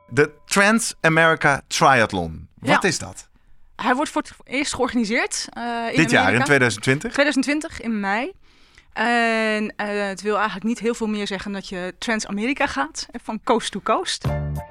De Trans-America Triathlon. Wat is dat? Hij wordt voor het eerst georganiseerd in Dit jaar, Amerika. in 2020? 2020, in mei. En het wil eigenlijk niet heel veel meer zeggen dat je Trans-Amerika gaat. Van coast to coast.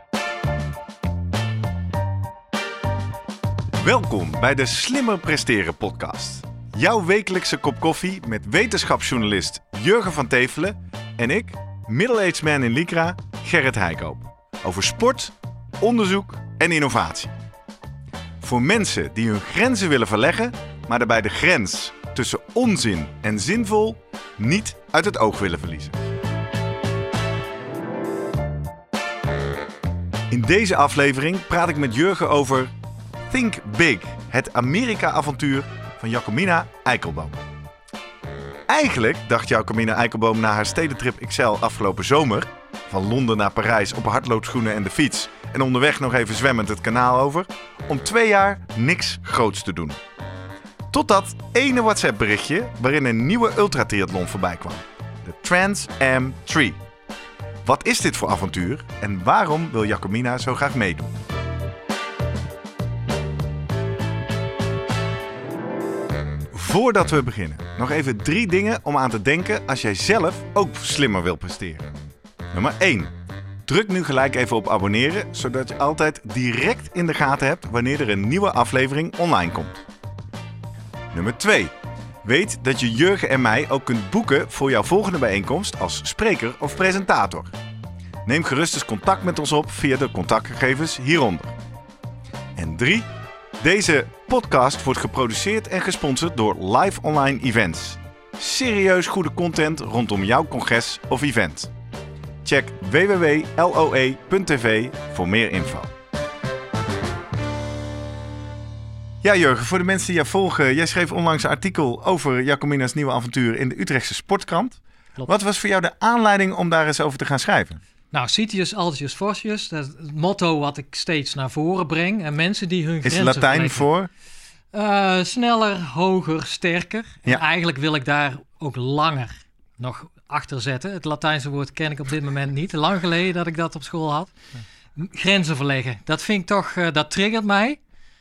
Welkom bij de Slimmer Presteren podcast. Jouw wekelijkse kop koffie met wetenschapsjournalist Jurgen van Tevelen en ik, middle-aged man in Lycra, Gerrit Heikoop. Over sport, onderzoek en innovatie. Voor mensen die hun grenzen willen verleggen, maar daarbij de grens tussen onzin en zinvol niet uit het oog willen verliezen. In deze aflevering praat ik met Jurgen over Think Big, het Amerika-avontuur van Jacomina Eikelboom. Eigenlijk dacht Jacomina Eikelboom na haar stedentrip XL afgelopen zomer, van Londen naar Parijs op hardloopschoenen en de fiets en onderweg nog even zwemmend het kanaal over, om 2 jaar niks groots te doen. Tot dat ene WhatsApp-berichtje waarin een nieuwe ultratriathlon voorbij kwam. De Trans-Am 3. Wat is dit voor avontuur en waarom wil Jacomina zo graag meedoen? Voordat we beginnen, nog even 3 dingen om aan te denken als jij zelf ook slimmer wil presteren. Nummer 1. Druk nu gelijk even op abonneren, zodat je altijd direct in de gaten hebt wanneer er een nieuwe aflevering online komt. Nummer 2. Weet dat je Jurgen en mij ook kunt boeken voor jouw volgende bijeenkomst als spreker of presentator. Neem gerust eens contact met ons op via de contactgegevens hieronder. En 3. Deze podcast wordt geproduceerd en gesponsord door Live Online Events. Serieus goede content rondom jouw congres of event. Check www.loe.tv voor meer info. Ja, Jurgen, voor de mensen die jou volgen, jij schreef onlangs een artikel over Jacomina's nieuwe avontuur in de Utrechtse Sportkrant. Klopt. Wat was voor jou de aanleiding om daar eens over te gaan schrijven? Nou, Citius, Altius, Fortius, dat is het motto wat ik steeds naar voren breng. En mensen die hun Is grenzen Latijn verleggen. voor? Sneller, hoger, sterker. En Ja. eigenlijk wil ik daar ook langer nog achter zetten. Het Latijnse woord ken ik op dit moment niet. Lang geleden dat ik dat op school had. Grenzen verleggen, dat vind ik toch, dat triggert mij.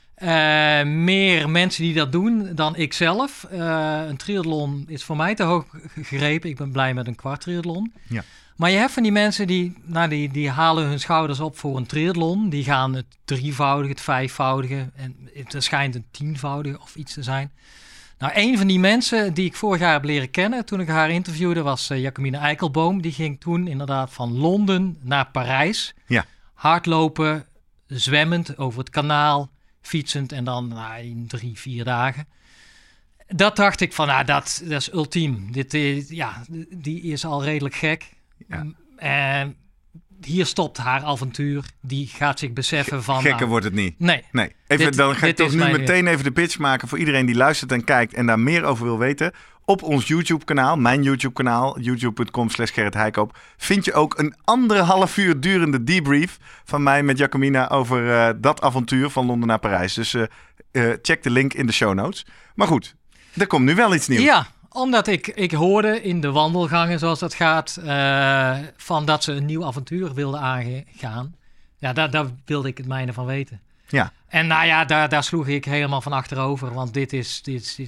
Meer mensen die dat doen dan ik zelf. Een triathlon is voor mij te hoog gegrepen. Ik ben blij met een kwart triathlon. Ja. Maar je hebt van die mensen die halen hun schouders op voor een triathlon. Die gaan het 3-voudige, het 5-voudige en het schijnt een 10-voudige of iets te zijn. Nou, een van die mensen die ik vorig jaar heb leren kennen toen ik haar interviewde was Jacomina Eikelboom. Die ging toen inderdaad van Londen naar Parijs. Ja. Hardlopen, zwemmend over het kanaal, fietsend en dan in 3-4 dagen. Dat dacht ik van, dat is ultiem. Die is al redelijk gek. Ja. En hier stopt haar avontuur. Die gaat zich beseffen van... Gekker wordt het niet. Nee. Even, dan ga ik dit toch is nu mijn meteen even de pitch maken voor iedereen die luistert en kijkt en daar meer over wil weten. Op ons YouTube-kanaal, mijn YouTube-kanaal, youtube.com/Gerrit Heikoop, vind je ook een 1,5 uur durende debrief van mij met Jacomina over dat avontuur van Londen naar Parijs. Dus check de link in de show notes. Maar goed, er komt nu wel iets nieuws. Ja, omdat ik hoorde in de wandelgangen, zoals dat gaat, van dat ze een nieuw avontuur wilden aangaan. Ja, daar wilde ik het mijne van weten. Ja. En daar sloeg ik helemaal van achterover, want dit is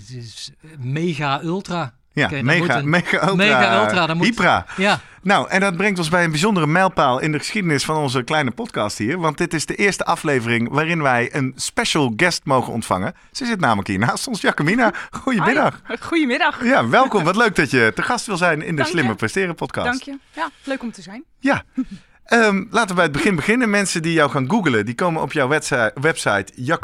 mega ultra. Ja, Oké, mega ultra. Dat moet, Hypra. Ja. Nou, en dat brengt ons bij een bijzondere mijlpaal in de geschiedenis van onze kleine podcast hier. Want dit is de eerste aflevering waarin wij een special guest mogen ontvangen. Ze zit namelijk hier naast ons, Jacomina. Goedemiddag. Hi. Goedemiddag. Ja, welkom. Wat leuk dat je te gast wil zijn in de Dank je. Slimmer Presteren podcast. Dank je. Ja, leuk om te zijn. Ja. Laten we bij het begin beginnen. Mensen die jou gaan googlen, die komen op jouw website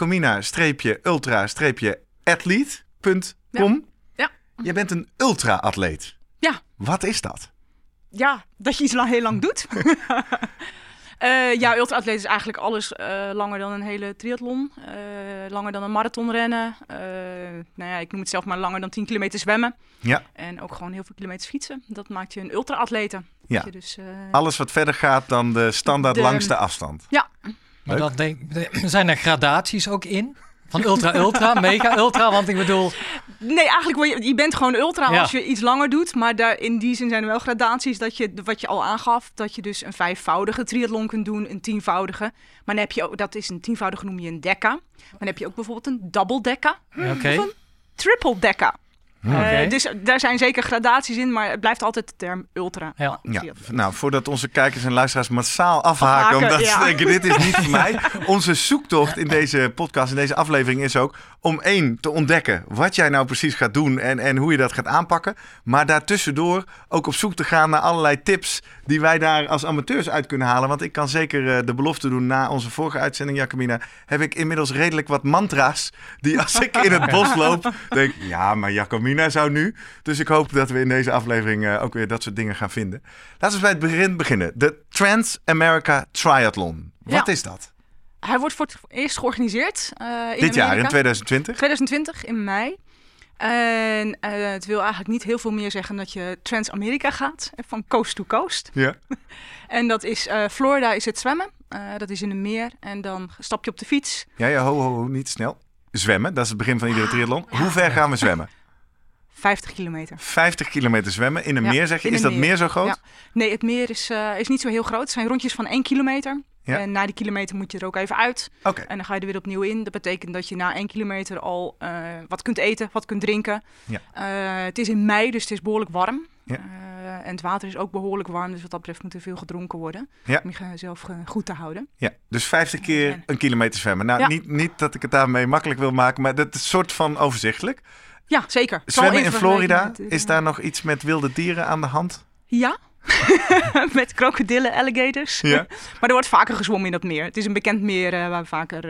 jacomina-ultra-athlete.com. Ja. Je bent een ultra-atleet. Ja. Wat is dat? Ja, dat je iets heel lang doet. Ultra-atleet is eigenlijk alles langer dan een hele triathlon. Langer dan een marathonrennen. Ik noem het zelf maar langer dan 10 kilometer zwemmen. Ja. En ook gewoon heel veel kilometers fietsen. Dat maakt je een ultra-atlete. Ja. Dat je dus, Alles wat verder gaat dan de standaard langste afstand. Ja. Maar zijn er gradaties ook in? Van ultra, mega, ultra? Want ik bedoel... Nee, eigenlijk je bent gewoon ultra Ja. als je iets langer doet. Maar in die zin zijn er wel gradaties wat je al aangaf. Dat je dus een 5-voudige triathlon kunt doen, een 10-voudige. Maar dan heb je ook, dat is een 10-voudige noem je een dekka. Maar dan heb je ook bijvoorbeeld een double dekka. Oké. Triple dekka. Oké. Dus daar zijn zeker gradaties in, maar het blijft altijd de term ultra. Ja. Ja, triathlon. nou, voordat onze kijkers en luisteraars massaal afhaken omdat ze ja. denken, dit is niet voor mij. Onze zoektocht in deze podcast, in deze aflevering is ook om te ontdekken wat jij nou precies gaat doen en hoe je dat gaat aanpakken. Maar daartussendoor ook op zoek te gaan naar allerlei tips die wij daar als amateurs uit kunnen halen. Want ik kan zeker de belofte doen, na onze vorige uitzending, Jacomina, heb ik inmiddels redelijk wat mantra's die als ik in het bos loop, denk ja, maar Jacomina zou nu. Dus ik hoop dat we in deze aflevering ook weer dat soort dingen gaan vinden. Laten we bij het begin beginnen. De Trans-America Triathlon. Wat is dat? Hij wordt voor het eerst georganiseerd in Dit jaar, in Amerika. 2020? 2020, in mei. En het wil eigenlijk niet heel veel meer zeggen dat je Trans-Amerika gaat, van coast to coast. Ja. En dat is, Florida is het zwemmen, dat is in een meer. En dan stap je op de fiets. Ja, ho, niet snel. Zwemmen, dat is het begin van iedere triathlon. Hoe ver gaan we zwemmen? 50 kilometer. 50 kilometer zwemmen in een Ja, meer, zeg je. in Is een dat meer. meer zo groot? Ja. Nee, het meer is niet zo heel groot. Het zijn rondjes van 1 kilometer. Ja. En na die kilometer moet je er ook even uit. Oké. En dan ga je er weer opnieuw in. Dat betekent dat je na 1 kilometer al wat kunt eten, wat kunt drinken. Ja. Het is in mei, dus het is behoorlijk warm. Ja. En het water is ook behoorlijk warm. Dus wat dat betreft moet er veel gedronken worden. Ja. Om jezelf goed te houden. Ja, dus 50 keer een kilometer zwemmen. Nou, Ja. niet dat ik het daarmee makkelijk wil maken, maar dat is een soort van overzichtelijk. Ja, zeker. Zwemmen Vooral in Florida, vergeleken met, is daar nog iets met wilde dieren aan de hand? Ja, met krokodillen, alligators. Ja. Maar er wordt vaker gezwommen in dat meer. Het is een bekend meer waar vaker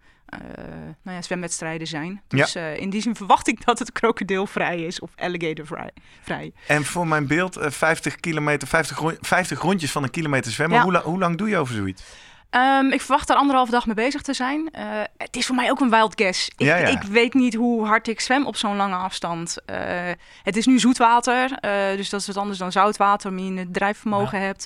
zwemwedstrijden zijn. Dus in die zin verwacht ik dat het krokodilvrij is of alligatorvrij. En voor mijn beeld, 50 kilometer, 50 rondjes van een kilometer zwemmen. Ja. Hoe lang doe je over zoiets? Ik verwacht er 1,5 dag mee bezig te zijn. Het is voor mij ook een wild guess. Ik weet niet hoe hard ik zwem op zo'n lange afstand. Het is nu zoetwater, dus dat is wat anders dan zoutwater, waar je een drijfvermogen hebt.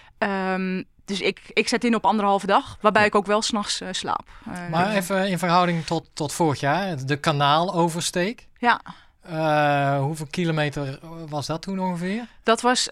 Dus ik zet in op 1,5 dag, waarbij ik ook wel 's nachts slaap. Maar even in verhouding tot vorig jaar, de kanaaloversteek. Ja. Hoeveel kilometer was dat toen ongeveer? Dat was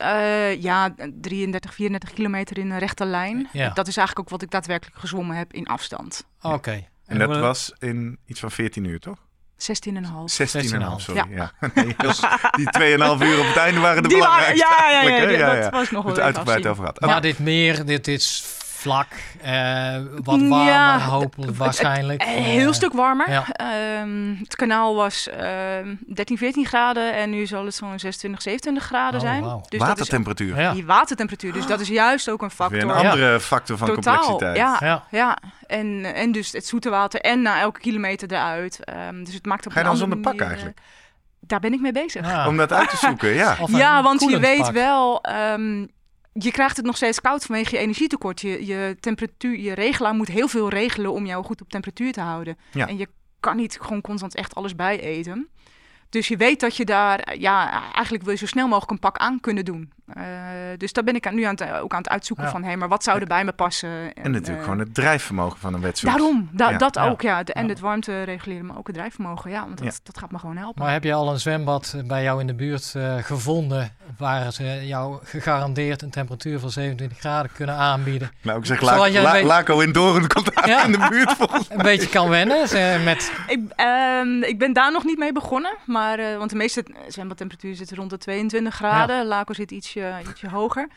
33, 34 kilometer in een rechte lijn. Ja. Dat is eigenlijk ook wat ik daadwerkelijk gezwommen heb in afstand. Oké. En dat was in iets van 14 uur, toch? 16,5. 16,5, sorry. Ja. Ja. Nee, die 2,5 uur op het einde waren de Die waren- belangrijkste. ja, eigenlijk, hè? dat was nog wel het even uitgebreid afzien. over gehad. Maar dit meer, dit is vlak, wat warmer, Ja, hopelijk waarschijnlijk. Een heel stuk warmer. ja. Het kanaal was 13, 14 graden en nu zal het zo'n 26, 27 graden Oh, zijn. wauw. Dus Watertemperatuur. Ja. die watertemperatuur. Dus dat is juist ook een Weer factor. een andere factor van Totaal, complexiteit. ja. En dus het zoete water en na elke kilometer eruit. Dus het maakt op Ga je een dan andere zonder pak manier, eigenlijk? Daar ben ik mee bezig. Ah. Om dat uit te zoeken, ja. Of een Ja, want je koelend weet pak. wel, je krijgt het nog steeds koud vanwege je energietekort. Je temperatuur, je regelaar moet heel veel regelen om jou goed op temperatuur te houden. Ja. En je kan niet gewoon constant echt alles bij eten. Dus je weet dat je daar, eigenlijk wil je zo snel mogelijk een pak aan kunnen doen. Dus daar ben ik ook aan het uitzoeken van, maar wat zou er bij me passen? En natuurlijk gewoon het drijfvermogen van een wedstrijd. Daarom, dat Ja. ook, ja. En Ja. het warmte reguleren, maar ook het drijfvermogen. Ja, want dat gaat me gewoon helpen. Maar heb je al een zwembad bij jou in de buurt gevonden waar ze jou gegarandeerd een temperatuur van 27 graden kunnen aanbieden? Nou, ik zeg Zoals jij weet- Laco in Doorn komt uit Ja. in de buurt volgens mij. Een beetje kan wennen met... Ik ben daar nog niet mee begonnen, maar, want de meeste zwembadtemperatuur zit rond de 22 graden. Laco zit ietsje hoger.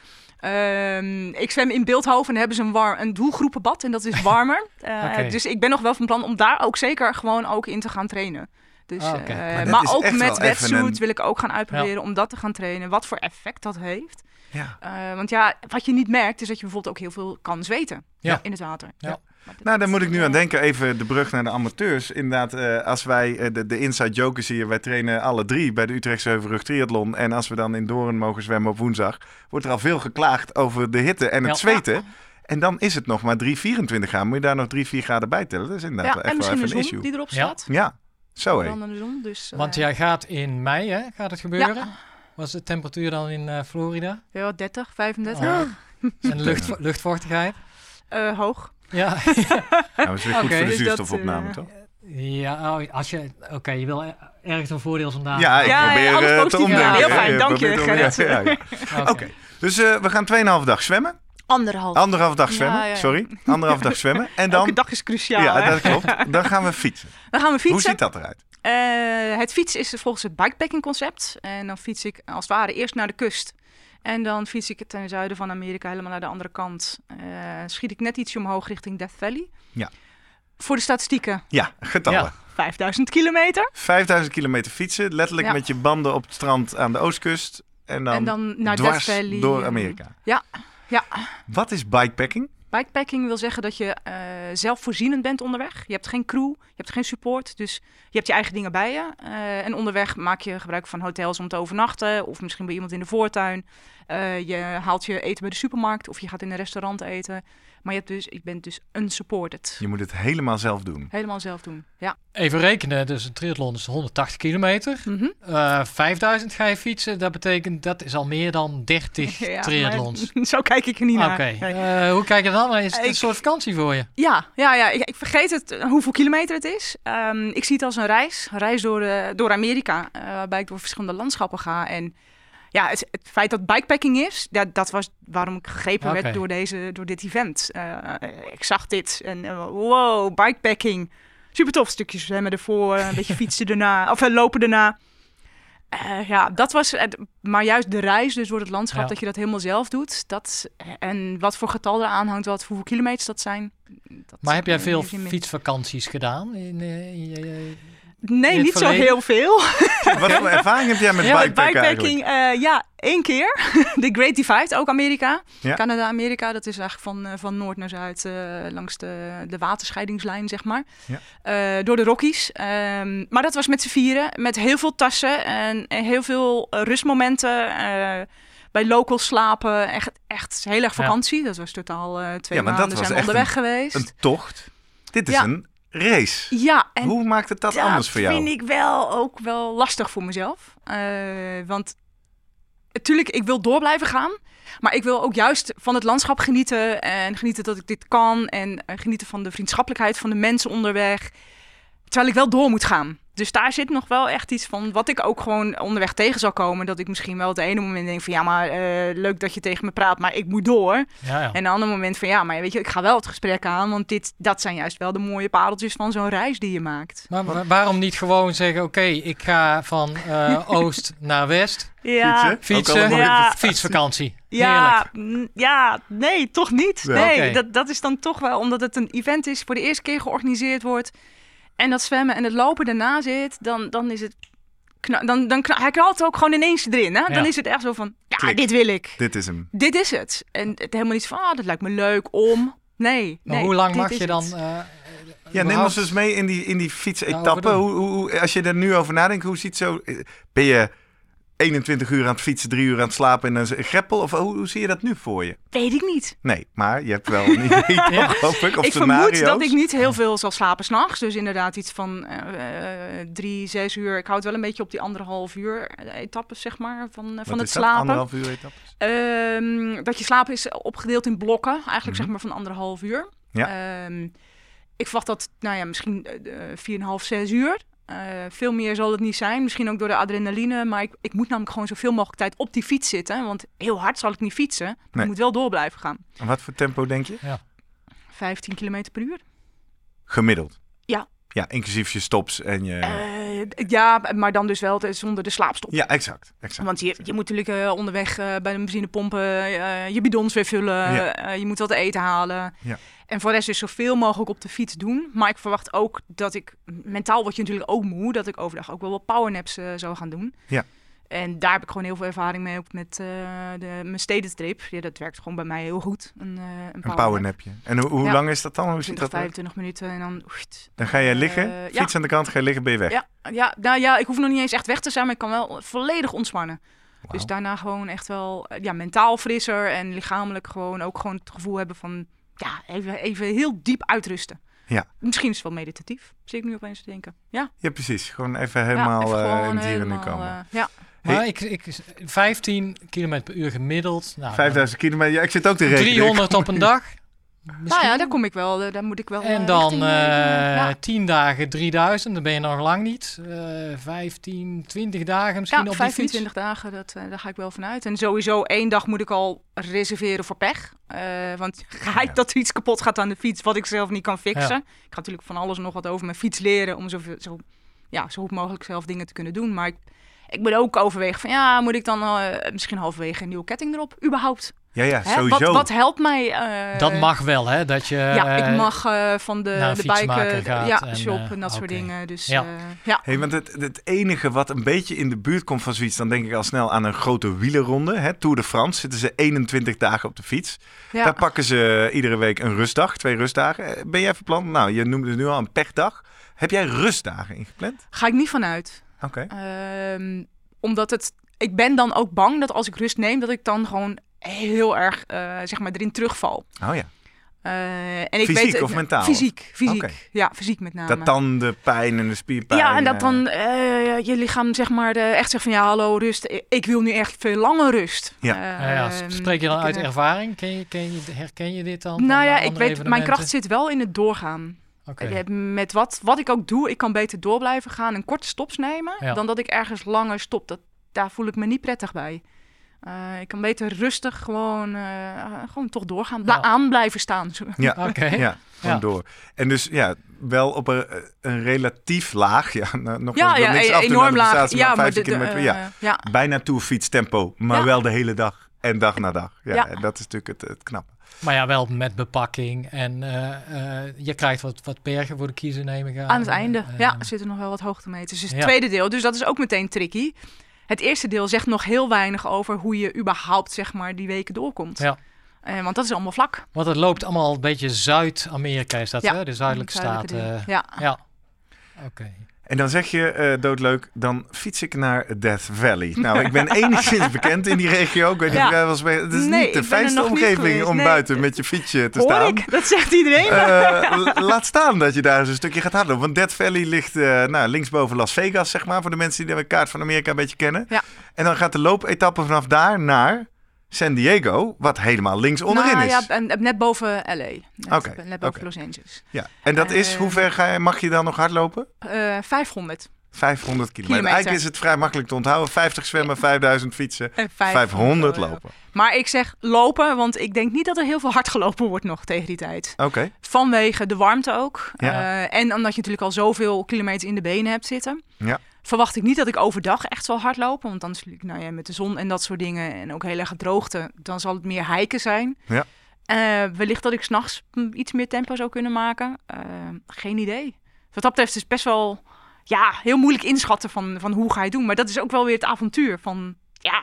Ik zwem in Bilthoven en hebben ze een doelgroepenbad en dat is warmer. Oké. Dus ik ben nog wel van plan om daar ook zeker gewoon ook in te gaan trainen. Dus, Oké. Maar dat maar is ook echt met wel even wetsuit een- wil ik ook gaan uitproberen om dat te gaan trainen. Wat voor effect dat heeft. Ja. Want ja, wat je niet merkt is dat je bijvoorbeeld ook heel veel kan zweten Ja. in het water. Ja. Maar dat- Nou, daar moet ik nu aan denken. Even de brug naar de amateurs. Inderdaad, als wij, de inside joke is hier, wij trainen alle 3 bij de Utrechtse Heuvelrug Triathlon. En als we dan in Doorn mogen zwemmen op woensdag, wordt er al veel geklaagd over de hitte en het Ja. zweten. En dan is het nog maar 3,24 graden. Moet je daar nog 3, 4 graden bij tellen? Dat is inderdaad wel en echt wel misschien even de een zon issue. die erop Ja. staat. Ja, zo hé. Brandende zon. Dus, Want jij gaat in mei, hè? Gaat het gebeuren? Ja. Was de temperatuur dan in Florida? Ja, 30, 35. Oh. En luchtvochtigheid? Hoog. Ja. Nou, dat is weer goed Oké, voor de dus dat, zuurstofopname, toch? Ja, als je... Oké, je wil ergens een voordeel vandaan. Ja, ik probeer alles te positief. omdenken. Heel fijn, dank je, Gerrit. Oké. Dus we gaan 2,5 dag zwemmen. Anderhalf dag zwemmen, Ja. sorry. 1,5 dag zwemmen. En dan... Elke dag is cruciaal. Ja, hè? dat klopt. Dan gaan we fietsen. Hoe ziet dat eruit? Het fietsen is volgens het bikepacking concept. En dan fiets ik als het ware eerst naar de kust. En dan fiets ik ten zuiden van Amerika helemaal naar de andere kant. Schiet ik net ietsje omhoog richting Death Valley. Ja. Voor de statistieken. Ja, getallen. Ja. 5000 kilometer. 5000 kilometer fietsen. Letterlijk Ja. met je banden op het strand aan de oostkust. En dan naar dwars Death Valley. door Amerika. Ja. Wat is bikepacking? Bikepacking wil zeggen dat je zelfvoorzienend bent onderweg. Je hebt geen crew, je hebt geen support. Dus je hebt je eigen dingen bij je. En onderweg maak je gebruik van hotels om te overnachten. Of misschien bij iemand in de voortuin. Je haalt je eten bij de supermarkt. Of je gaat in een restaurant eten. Maar je bent dus unsupported. Je moet het helemaal zelf doen. Helemaal zelf doen, ja. Even rekenen, dus een triathlon is 180 kilometer. 5000 ga je fietsen, dat betekent dat is al meer dan 30 Ja, triathlons. maar zo kijk ik er niet naar. Oké, Nee. hoe kijk je dan? Is het een soort vakantie voor je? Ja. Ik vergeet het hoeveel kilometer het is. Ik zie het als een reis door Amerika, waarbij ik door verschillende landschappen ga. En ja, het feit dat bikepacking is, dat was waarom ik gegrepen werd door dit event. Ik zag dit en wow, bikepacking. Super tof, stukjes zwemmen ervoor, een beetje fietsen erna, of lopen erna. Dat was het. Maar juist de reis, dus door het landschap, dat je dat helemaal zelf doet. En wat voor getal er aan hangt, hoeveel kilometers dat zijn. Maar heb jij veel fietsvakanties gedaan? Nee, niet zo heel veel. Wat voor ervaring heb jij met bikepacking? Één keer. De Great Divide, ook Amerika. Ja. Canada, Amerika. Dat is eigenlijk van noord naar zuid langs de waterscheidingslijn, zeg maar. Ja. Door de Rockies. Maar dat was met z'n vieren. Met heel veel tassen en heel veel rustmomenten. Bij locals slapen. Echt heel erg vakantie. Ja. Dat was totaal 2 maanden zijn we onderweg geweest. Een tocht. Dit is een race. Ja, en hoe maakt het dat anders voor jou? Dat vind ik ook wel lastig voor mezelf. Want natuurlijk, ik wil door blijven gaan. Maar ik wil ook juist van het landschap genieten. En genieten dat ik dit kan. En genieten van de vriendschappelijkheid van de mensen onderweg. Terwijl ik wel door moet gaan. Dus daar zit nog wel echt iets van wat ik ook gewoon onderweg tegen zal komen. Dat ik misschien wel het ene moment denk van ja, maar leuk dat je tegen me praat, maar ik moet door. Ja. En een ander moment van ja, maar weet je, ik ga wel het gesprek aan. Want dat zijn juist wel de mooie pareltjes van zo'n reis die je maakt. Maar waarom niet gewoon zeggen, oké, ik ga van oost naar west. Ja. Fietsen. Fietsvakantie. Nee, toch niet. Ja. Nee, dat is dan toch wel omdat het een event is, voor de eerste keer georganiseerd wordt. En dat zwemmen en het lopen daarna zit, dan is het... Hij knalt ook gewoon ineens erin. Hè? Dan is het echt zo van, Klik. Dit wil ik. Dit is hem. Dit is het. En het helemaal niet van, dat lijkt me leuk om... Nee. Hoe lang mag je dan... neem ons eens mee in die fietsetappe. Als je er nu over nadenkt, hoe ziet zo... Ben je 21 uur aan het fietsen, 3 uur aan het slapen in een greppel? Of hoe zie je dat nu voor je? Weet ik niet. Nee, maar je hebt wel een idee, hoop ik. Of ik scenario's. vermoed dat ik niet heel veel zal slapen 's nachts. Dus inderdaad iets van 3, 6 uur. Ik houd wel een beetje op die 1,5 uur etappes, zeg maar, van het slapen. 1,5 uur etappes? Dat je slapen is opgedeeld in blokken. Eigenlijk zeg maar van 1,5 uur. Ja. Ik verwacht dat, misschien 4,5, 6 uur. Veel meer zal het niet zijn. Misschien ook door de adrenaline. Maar ik moet namelijk gewoon zoveel mogelijk tijd op die fiets zitten. Want heel hard zal ik niet fietsen. Maar ik moet wel door blijven gaan. En wat voor tempo denk je? 15 kilometer per uur. Gemiddeld? Ja. Ja, inclusief je stops en je... maar dan dus wel zonder de slaapstop. Ja, exact. Want je moet natuurlijk onderweg bij de benzinepompen je bidons weer vullen. Ja. Je moet wat eten halen. Ja. En voor de rest dus zoveel mogelijk op de fiets doen. Maar ik verwacht ook dat ik... Mentaal word je natuurlijk ook moe. Dat ik overdag ook wel wat powernaps zou gaan doen. Ja. En daar heb ik gewoon heel veel ervaring mee. Ook met mijn stedentrip. Ja, dat werkt gewoon bij mij heel goed. Een powernapje. En hoe lang is dat dan? Hoe 20, 25 minuten en dan... Dan ga je liggen, fiets aan de kant, ga je liggen, ben je weg. Ik hoef nog niet eens echt weg te zijn, maar ik kan wel volledig ontspannen. Wow. Dus daarna gewoon echt wel mentaal frisser en lichamelijk gewoon het gevoel hebben van... even heel diep uitrusten. Ja. Misschien is het wel meditatief, zie ik nu opeens te denken. Ja, precies. Gewoon even helemaal in het hier en nu komen. Maar ik 15 km per uur gemiddeld. 5000 kilometer, ik zit ook te rekenen. 300 op een dag. Misschien? Nou ja, daar kom ik wel. Daar moet ik wel. En dan richting, 10 dagen 3000, dan ben je nog lang niet. 15, 20 dagen misschien op die 25 fiets. dagen, daar ga ik wel vanuit. En sowieso 1 dag moet ik al reserveren voor pech. Want ga ik dat iets kapot gaat aan de fiets, wat ik zelf niet kan fixen. Ja. Ik ga natuurlijk van alles nog wat over mijn fiets leren om zo goed mogelijk zelf dingen te kunnen doen. Maar ik moet ook overwegen van moet ik dan misschien halverwege een nieuwe ketting erop, überhaupt. Ja, sowieso. Wat helpt mij? Dat mag wel, hè? Dat je ik mag van de fietsmaker gaat shop en dat soort dingen. Dus ja. Hey, want het enige wat een beetje in de buurt komt van zoiets, dan denk ik al snel aan een grote wielerronde. Hè? Tour de France zitten ze 21 dagen op de fiets. Ja. Daar pakken ze iedere week een rustdag, 2 rustdagen. Ben jij verpland? Nou, je noemde het nu al een pechdag. Heb jij rustdagen ingepland? Ga ik niet vanuit. Oké. Omdat ik ben dan ook bang dat als ik rust neem, dat ik dan gewoon heel erg erin terugval. Oh ja. En ik fysiek weet, of mentaal? Fysiek. Okay. Ja, fysiek met name. Dat dan de pijn en de spierpijn. Ja, en dat dan je lichaam echt zegt van hallo, rust. Ik wil nu echt veel langer rust. Ja. Spreek je dan uit ervaring? Herken je dit dan? Nou ja, ik weet, mijn kracht zit wel in het doorgaan. Okay. Met wat ik ook doe, ik kan beter door blijven gaan en korte stops nemen, dan dat ik ergens langer stop. Daar voel ik me niet prettig bij. Ik kan beter rustig gewoon toch doorgaan. Aan blijven staan. Ja, gewoon door. En dus wel op een relatief laag. Ja, nog niks af enorm laag. Ja, 15 kilometer. Bijna toerfietstempo, maar wel de hele dag en dag na dag. Ja, en dat is natuurlijk het knappe. Maar ja, wel met bepakking. En je krijgt wat bergen voor de kiezer, neem ik aan. Aan het einde, er zitten nog wel wat hoogtemeters. Dus het tweede deel, dus dat is ook meteen tricky. Het eerste deel zegt nog heel weinig over hoe je überhaupt die weken doorkomt. Ja. Want dat is allemaal vlak. Want het loopt allemaal een beetje Zuid-Amerika, is dat hè? De zuidelijke staten. Ja. Oké. En dan zeg je, doodleuk, dan fiets ik naar Death Valley. Nou, ik ben enigszins bekend in die regio. Ik weet niet of jij was. Het is niet de fijnste omgeving om buiten met je fietsje te staan. Ik, dat zegt iedereen. Laat staan dat je daar eens een stukje gaat hardlopen. Want Death Valley ligt linksboven Las Vegas, zeg maar. Voor de mensen die de kaart van Amerika een beetje kennen. Ja. En dan gaat de loopetappe vanaf daar naar San Diego, wat helemaal links onderin is. Ja, net boven LA. Net boven Los Angeles. Ja. En dat is, hoe ver mag je dan nog hardlopen? 500. 500 kilometer. Eigenlijk is het vrij makkelijk te onthouden. 50 zwemmen, 5000 fietsen, 500 lopen. Maar ik zeg lopen, want ik denk niet dat er heel veel hard gelopen wordt nog tegen die tijd. Oké. Vanwege de warmte ook. Ja. En omdat je natuurlijk al zoveel kilometers in de benen hebt zitten. Ja. Verwacht ik niet dat ik overdag echt zal hardlopen. Want dan is natuurlijk met de zon en dat soort dingen. En ook heel erg droogte. Dan zal het meer hiken zijn. Ja. Wellicht dat ik 's nachts iets meer tempo zou kunnen maken. Geen idee. Wat dat betreft is het best wel heel moeilijk inschatten van hoe ga je het doen. Maar dat is ook wel weer het avontuur van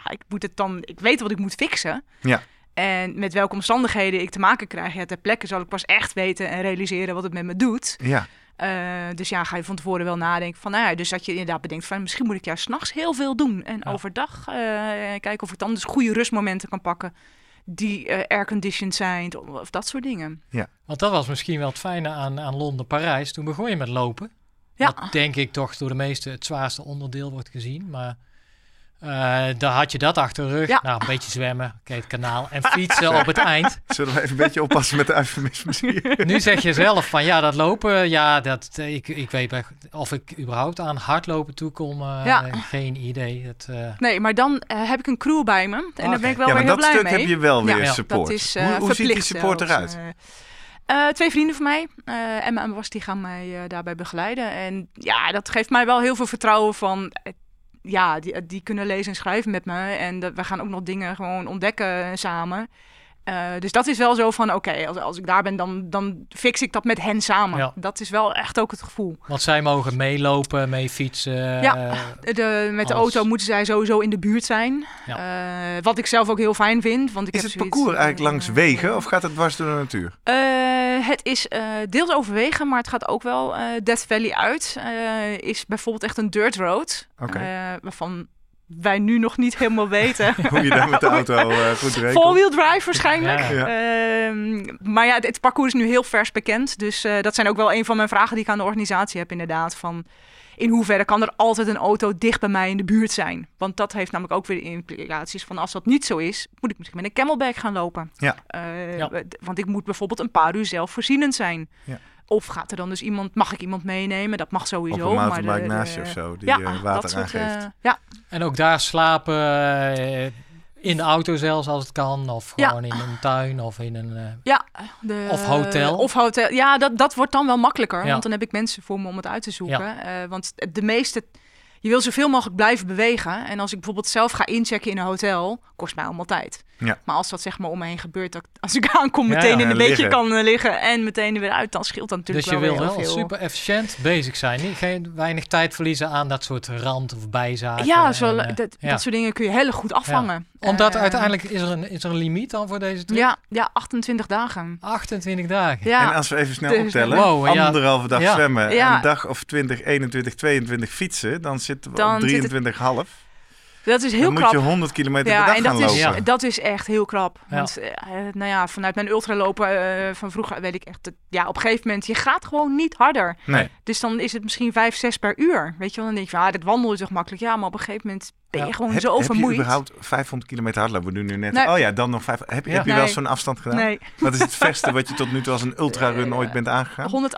ik weet wat ik moet fixen. Ja. En met welke omstandigheden ik te maken krijg. Ter plekke zal ik pas echt weten en realiseren wat het met me doet. Ja. Dus ga je van tevoren wel nadenken van, dus dat je inderdaad bedenkt van, misschien moet ik juist 's nachts heel veel doen. En overdag kijken of ik dan dus goede rustmomenten kan pakken die airconditioned zijn of dat soort dingen. Ja. Want dat was misschien wel het fijne aan Londen-Parijs. Toen begon je met lopen. Ja. Wat denk ik toch door de meesten het zwaarste onderdeel wordt gezien. Maar daar had je dat achter de rug. Ja. Nou, een beetje zwemmen, het kanaal en fietsen op het eind. Zullen we even een beetje oppassen met de eufemismes hier? Nu zeg je zelf van dat lopen, ik weet of ik überhaupt aan hardlopen toekom. Geen idee. Nee, maar dan heb ik een crew bij me. En daar ben ik wel weer heel blij mee. Dat stuk heb je wel weer support. Dat is, hoe ziet die support eruit? 2 vrienden van mij, Emma en Bas, die gaan mij daarbij begeleiden. En dat geeft mij wel heel veel vertrouwen van, die kunnen lezen en schrijven met me. En we gaan ook nog dingen gewoon ontdekken samen. Dus dat is wel zo van, als ik daar ben, dan fix ik dat met hen samen. Ja. Dat is wel echt ook het gevoel. Want zij mogen meelopen, mee fietsen. Met de auto moeten zij sowieso in de buurt zijn. Ja. Wat ik zelf ook heel fijn vind. Want is het parcours eigenlijk langs wegen of gaat het dwars door de natuur? Het is deels over wegen, maar het gaat ook wel Death Valley uit. Is bijvoorbeeld echt een dirt road. Waarvan wij nu nog niet helemaal weten. Hoe je daar met de auto goed regelt. Four-wheel drive waarschijnlijk. Ja. Maar het parcours is nu heel vers bekend. Dus dat zijn ook wel een van mijn vragen die ik aan de organisatie heb inderdaad. Van, in hoeverre kan er altijd een auto dicht bij mij in de buurt zijn? Want dat heeft namelijk ook weer implicaties van als dat niet zo is, moet ik misschien met een camelback gaan lopen. Ja. Want ik moet bijvoorbeeld een paar uur zelfvoorzienend zijn. Ja. Of gaat er dan dus mag ik iemand meenemen? Dat mag sowieso. Of een mountainbike naast je of zo, die water aangeeft. En ook daar slapen in de auto zelfs als het kan. Of gewoon in een tuin of in een... of hotel. Of hotel. Ja, dat wordt dan wel makkelijker. Want dan heb ik mensen voor me om het uit te zoeken. Want de meeste... Je wil zoveel mogelijk blijven bewegen. En als ik bijvoorbeeld zelf ga inchecken in een hotel, kost mij allemaal tijd. Ja. Maar als dat zeg maar om me heen gebeurt, dat als ik aankom meteen in een beetje kan liggen en meteen er weer uit, dan scheelt dat natuurlijk dus wel je wil heel wel veel. super efficiënt bezig zijn. Geen weinig tijd verliezen aan dat soort rand- of bijzaken. Ja, dat soort dingen kun je heel goed afvangen. Ja. Omdat uiteindelijk is er een limiet dan voor deze trip? Ja, 28 dagen. 28 dagen. Ja. En als we even snel optellen, 1,5 dag zwemmen, een dag of 20, 21, 22 fietsen, dan zitten we op 23,5. Dat is heel krap. Dan moet je 100 kilometer per dag gaan lopen. Ja, dat is echt heel krap. Want vanuit mijn ultralopen van vroeger weet ik echt... op een gegeven moment, je gaat gewoon niet harder. Nee. Dus dan is het misschien 5, 6 per uur. Weet je wel, dan denk je, dit wandel is toch makkelijk. Ja, maar op een gegeven moment ben je gewoon zo vermoeid. Heb je überhaupt 500 kilometer hardlopen? We doen nu net... dan nog 5... Heb je wel zo'n afstand gedaan? Nee. Wat is het verste wat je tot nu toe als een ultrarun ooit bent aangegaan?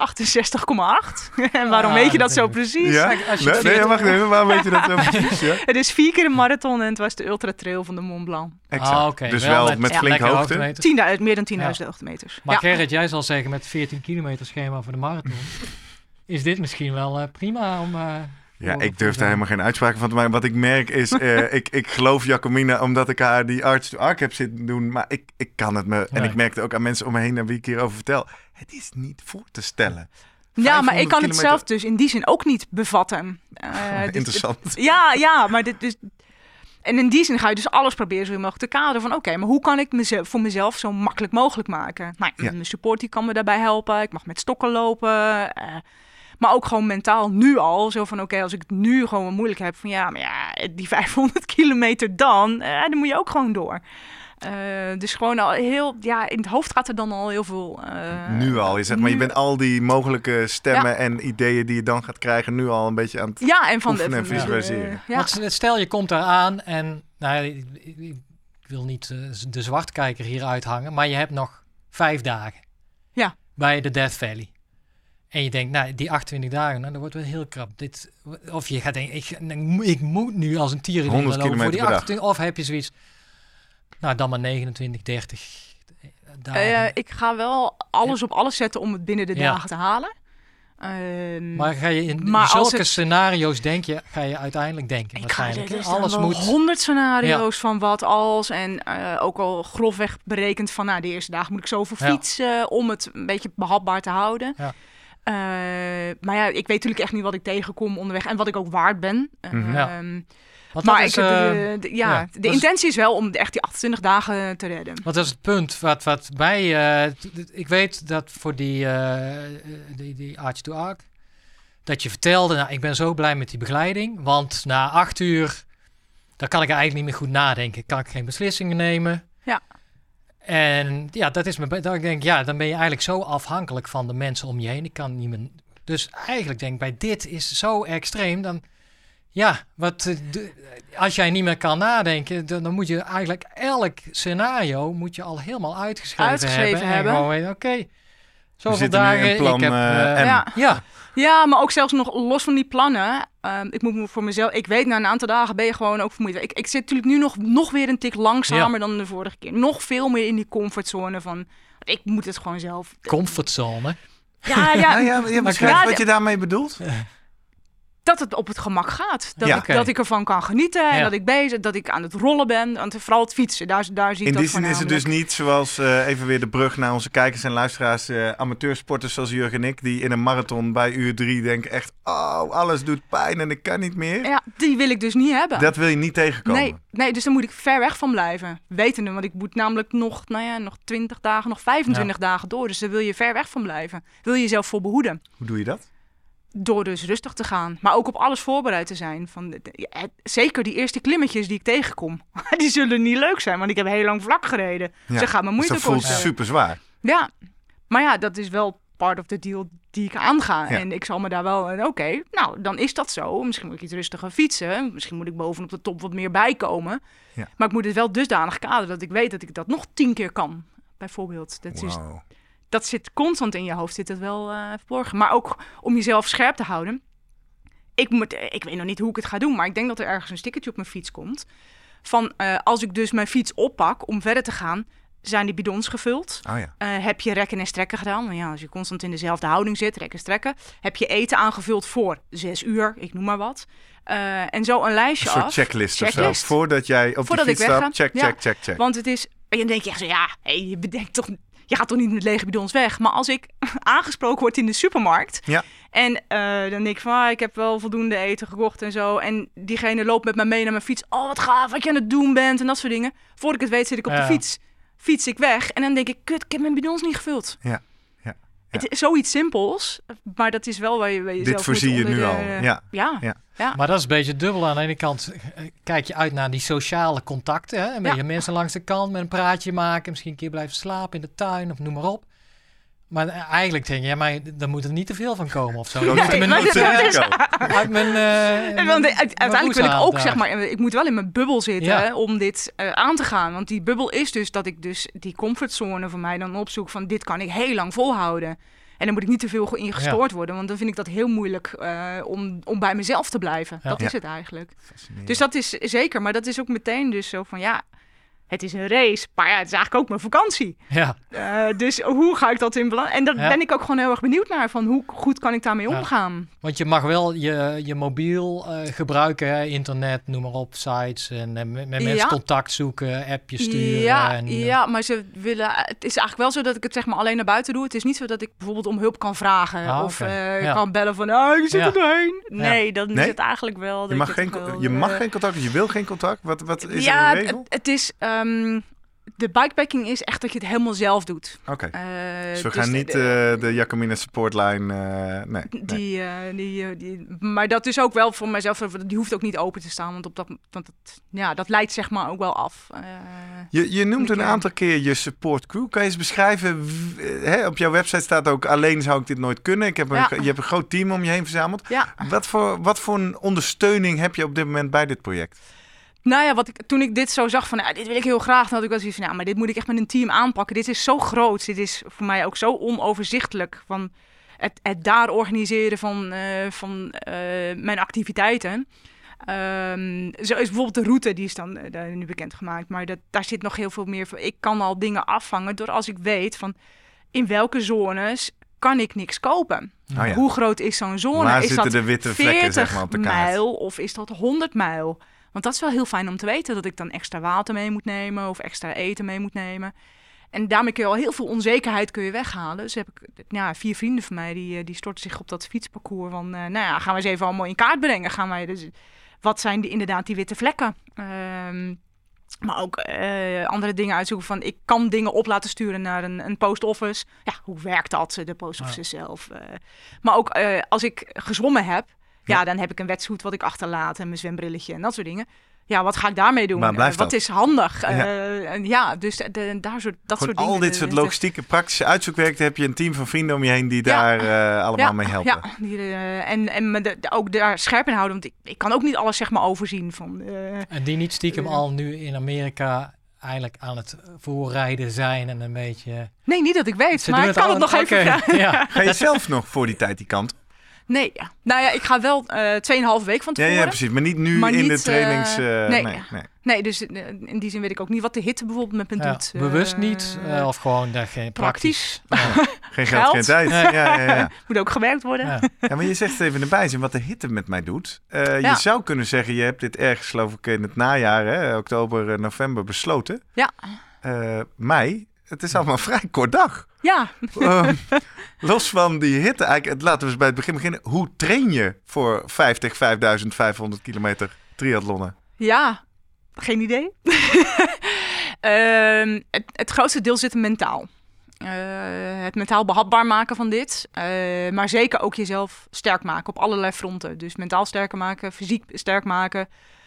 168,8. En waarom weet je dat zo precies? Ja? Wacht even. Waarom weet je dat zo precies? Ja? Het is 4 keer een marathon en het was de ultratrail van de Mont Blanc. Exact. Dus wel met flink hoogte. Meer dan 10.000 hoogtemeters. Maar Gerrit, jij zal zeggen met 14 kilometer schema voor de marathon. Is dit misschien wel prima om... ik durf daar helemaal geen uitspraken van te maken. Wat ik merk is, ik geloof Jacomina omdat ik haar die Arch to Arc heb zitten doen. Maar ik kan het me... Nee. En ik merkte ook aan mensen om me heen en wie ik hierover vertel. Het is niet voor te stellen. Ja, maar ik kan het zelf dus in die zin ook niet bevatten. Interessant. Maar dit dus... En in die zin ga je dus alles proberen zo mogelijk te kaderen van oké, maar hoe kan ik voor mezelf zo makkelijk mogelijk maken? Nou, mijn support die kan me daarbij helpen. Ik mag met stokken lopen. Maar ook gewoon mentaal nu al. Zo van oké, als ik het nu gewoon moeilijk heb van die 500 kilometer dan moet je ook gewoon door. Dus gewoon al heel... Ja, in het hoofd gaat er dan al heel veel... nu al, je bent al die mogelijke stemmen en ideeën die je dan gaat krijgen nu al een beetje aan het oefenen en visualiseren. Want stel je komt daar aan en... ik wil niet de zwartkijker hier uithangen, maar je hebt nog 5 dagen bij de Death Valley. En je denkt, die 28 dagen, dat wordt wel heel krap. Of je gaat denken, ik moet nu als een tierenlier lopen voor die 28. Of heb je zoiets... dan maar 29, 30 dagen. Ik ga wel alles op alles zetten om het binnen de dagen te halen. Maar ga je in zulke scenario's ga je uiteindelijk denken? Waarschijnlijk. Alles moet 100 scenario's van wat als. En ook al grofweg berekend van de eerste dagen moet ik zoveel fietsen om het een beetje behapbaar te houden. Ja. Maar ik weet natuurlijk echt niet wat ik tegenkom onderweg en wat ik ook waard ben. Maar de intentie is wel om echt die 28 dagen te redden. Want dat is het punt wat bij... ik weet dat voor die Arch to Arc... dat je vertelde, ik ben zo blij met die begeleiding. Want na 8 uur... dan kan ik eigenlijk niet meer goed nadenken. Kan ik geen beslissingen nemen. Ja. En dat is me... Dan denk ik, dan ben je eigenlijk zo afhankelijk van de mensen om je heen. Ik kan niet meer... Dus eigenlijk denk ik, bij dit is zo extreem... dan als jij niet meer kan nadenken, dan moet je eigenlijk elk scenario moet je al helemaal uitgeschreven hebben. En gewoon weten, oké, zoveel dagen. Plan, Ja, maar ook zelfs nog los van die plannen. Ik moet voor mezelf. Ik weet na een aantal dagen ben je gewoon ook vermoeid. Ik zit natuurlijk nu nog weer een tik langzamer dan de vorige keer. Nog veel meer in die comfortzone van. Ik moet het gewoon zelf. Comfortzone. Beschrijf wat je daarmee bedoelt. Dat het op het gemak gaat. Dat ik ervan kan genieten. En dat ik aan het rollen ben. Want vooral het fietsen. Daar zie ik dat in die zin is het dus niet zoals... even weer de brug naar onze kijkers en luisteraars. Amateursporters zoals Jurgen en ik. Die in een marathon bij uur 3 denken echt... alles doet pijn en ik kan niet meer. Ja, die wil ik dus niet hebben. Dat wil je niet tegenkomen. Nee, dus daar moet ik ver weg van blijven. Wetende, want ik moet namelijk nog 20 dagen, nog 25 dagen door. Dus daar wil je ver weg van blijven. Wil je jezelf voor behoeden. Hoe doe je dat? Door dus rustig te gaan. Maar ook op alles voorbereid te zijn. Zeker die eerste klimmetjes die ik tegenkom. Die zullen niet leuk zijn. Want ik heb heel lang vlak gereden. Ze gaat me moeite kosten. Dat voelt super zwaar. Ja. Maar dat is wel part of the deal die ik aanga. Ja. En ik zal me daar wel... Oké, nou, dan is dat zo. Misschien moet ik iets rustiger fietsen. Misschien moet ik bovenop de top wat meer bijkomen. Ja. Maar ik moet het wel dusdanig kaderen dat ik weet dat ik dat nog 10 keer kan. Bijvoorbeeld. Dat zit constant in je hoofd, zit het wel verborgen. Maar ook om jezelf scherp te houden. Ik weet nog niet hoe ik het ga doen, maar ik denk dat er ergens een stickertje op mijn fiets komt. Van als ik dus mijn fiets oppak om verder te gaan, zijn die bidons gevuld. Oh ja. Heb je rekken en strekken gedaan? Nou ja, als je constant in dezelfde houding zit, rekken en strekken. Heb je eten aangevuld voor 6 uur, ik noem maar wat. En zo een lijstje af. Een soort checklist of zo. Voordat jij op de fiets stapt, check. Want het is... En dan denk je echt zo, je bedenkt toch... Je gaat toch niet met lege bidons weg? Maar als ik aangesproken word in de supermarkt... Ja. En dan denk ik van, ik heb wel voldoende eten gekocht en zo. En diegene loopt met me mee naar mijn fiets. Oh, wat gaaf, wat je aan het doen bent en dat soort dingen. Voordat ik het weet zit ik op de fiets. Fiets ik weg. En dan denk ik, kut, ik heb mijn bidons niet gevuld. Ja. Het is zoiets simpels, maar dat is wel waar je jezelf... Dit voorzie je nu al. Ja. Maar dat is een beetje dubbel. Aan de ene kant kijk je uit naar die sociale contacten. Hè? Een beetje mensen langs de kant met een praatje maken. Misschien een keer blijven slapen in de tuin of noem maar op. Maar eigenlijk denk je, maar daar moet er niet te veel van komen of zo. Uiteindelijk wil ik ook, zeg maar, ik moet wel in mijn bubbel zitten om dit aan te gaan. Want die bubbel is dus dat ik dus die comfortzone voor mij dan opzoek van dit kan ik heel lang volhouden. En dan moet ik niet te veel in gestoord worden, want dan vind ik dat heel moeilijk om bij mezelf te blijven. Dat is het eigenlijk. Dus dat is zeker, maar dat is ook meteen dus zo van het is een race, maar het is eigenlijk ook mijn vakantie. Ja. Dus hoe ga ik dat in balans? En daar ben ik ook gewoon heel erg benieuwd naar, van hoe goed kan ik daarmee omgaan? Want je mag wel je mobiel gebruiken, hè? Internet, noem maar op, sites en met mensen contact zoeken, appjes sturen. Maar ze willen. Het is eigenlijk wel zo dat ik het zeg maar alleen naar buiten doe. Het is niet zo dat ik bijvoorbeeld om hulp kan vragen of kan bellen van, ik zit er doorheen. Nee, dan is het eigenlijk wel. Je mag geen contact, je wil geen contact. Wat is er een regel? Het is. De bikepacking is echt dat je het helemaal zelf doet. Oké. Dus we gaan niet de Jacomina supportline... Maar dat is ook wel voor mijzelf... Die hoeft ook niet open te staan. Want dat leidt zeg maar ook wel af. Je noemt een aantal keer je support crew. Kan je eens beschrijven... op jouw website staat ook... Alleen zou ik dit nooit kunnen. Je hebt een groot team om je heen verzameld. Ja. Wat voor een ondersteuning heb je op dit moment bij dit project? Nou ja, toen ik dit zo zag van, dit wil ik heel graag, dan had ik wel zoiets van, maar dit moet ik echt met een team aanpakken. Dit is zo groot, dit is voor mij ook zo onoverzichtelijk. Van het daar organiseren van mijn activiteiten. Zo is bijvoorbeeld de route, die is dan nu bekendgemaakt. Maar daar zit nog heel veel meer van. Ik kan al dingen afvangen door als ik weet van in welke zones kan ik niks kopen. Oh ja. Hoe groot is zo'n zone? Waar is zitten dat de witte vlekken, zeg maar, op de kaart? mijl of is dat 100 mijl? Want dat is wel heel fijn om te weten, dat ik dan extra water mee moet nemen of extra eten mee moet nemen. En daarmee kun je al heel veel onzekerheid weghalen. Dus heb ik 4 vrienden van mij die storten zich op dat fietsparcours van, gaan we eens even allemaal in kaart brengen. Wat zijn inderdaad die witte vlekken? Maar ook andere dingen uitzoeken van, ik kan dingen op laten sturen naar een post office. Ja, hoe werkt dat? De post office zelf. Maar ook als ik gezwommen heb, dan heb ik een wetsuit wat ik achterlaat en mijn zwembrilletje en dat soort dingen. Ja, wat ga ik daarmee doen? Wat is handig? Dus dat soort dingen. Al dit soort logistieke, praktische uitzoekwerk, heb je een team van vrienden om je heen die daar allemaal mee helpen. Ja, en me ook daar scherp in houden, want ik kan ook niet alles zeg maar overzien. En die niet stiekem al nu in Amerika eigenlijk aan het voorrijden zijn en een beetje... Nee, niet dat ik weet, maar ik kan het nog even vragen. Ja. Ga je zelf nog voor die tijd die kant? Nee, nou ja, ik ga wel 2,5 week van tevoren. Ja, precies. Maar niet nu maar in de trainings... Nee, dus in die zin weet ik ook niet wat de hitte bijvoorbeeld met me doet. Bewust niet? Of gewoon geen praktisch? Geen geld, geen tijd. Ja. Moet ook gewerkt worden. Ja, maar je zegt het even erbij zijn wat de hitte met mij doet. Je zou kunnen zeggen, je hebt dit ergens geloof ik in het najaar, oktober, november besloten. Ja. Mei, het is allemaal vrij kort dag. Ja. Los van die hitte, eigenlijk, laten we eens bij het begin beginnen. Hoe train je voor 5.500 kilometer triathlonnen? Ja, geen idee. Het grootste deel zit mentaal. Het mentaal behapbaar maken van dit. Maar zeker ook jezelf sterk maken op allerlei fronten. Dus mentaal sterker maken, fysiek sterk maken.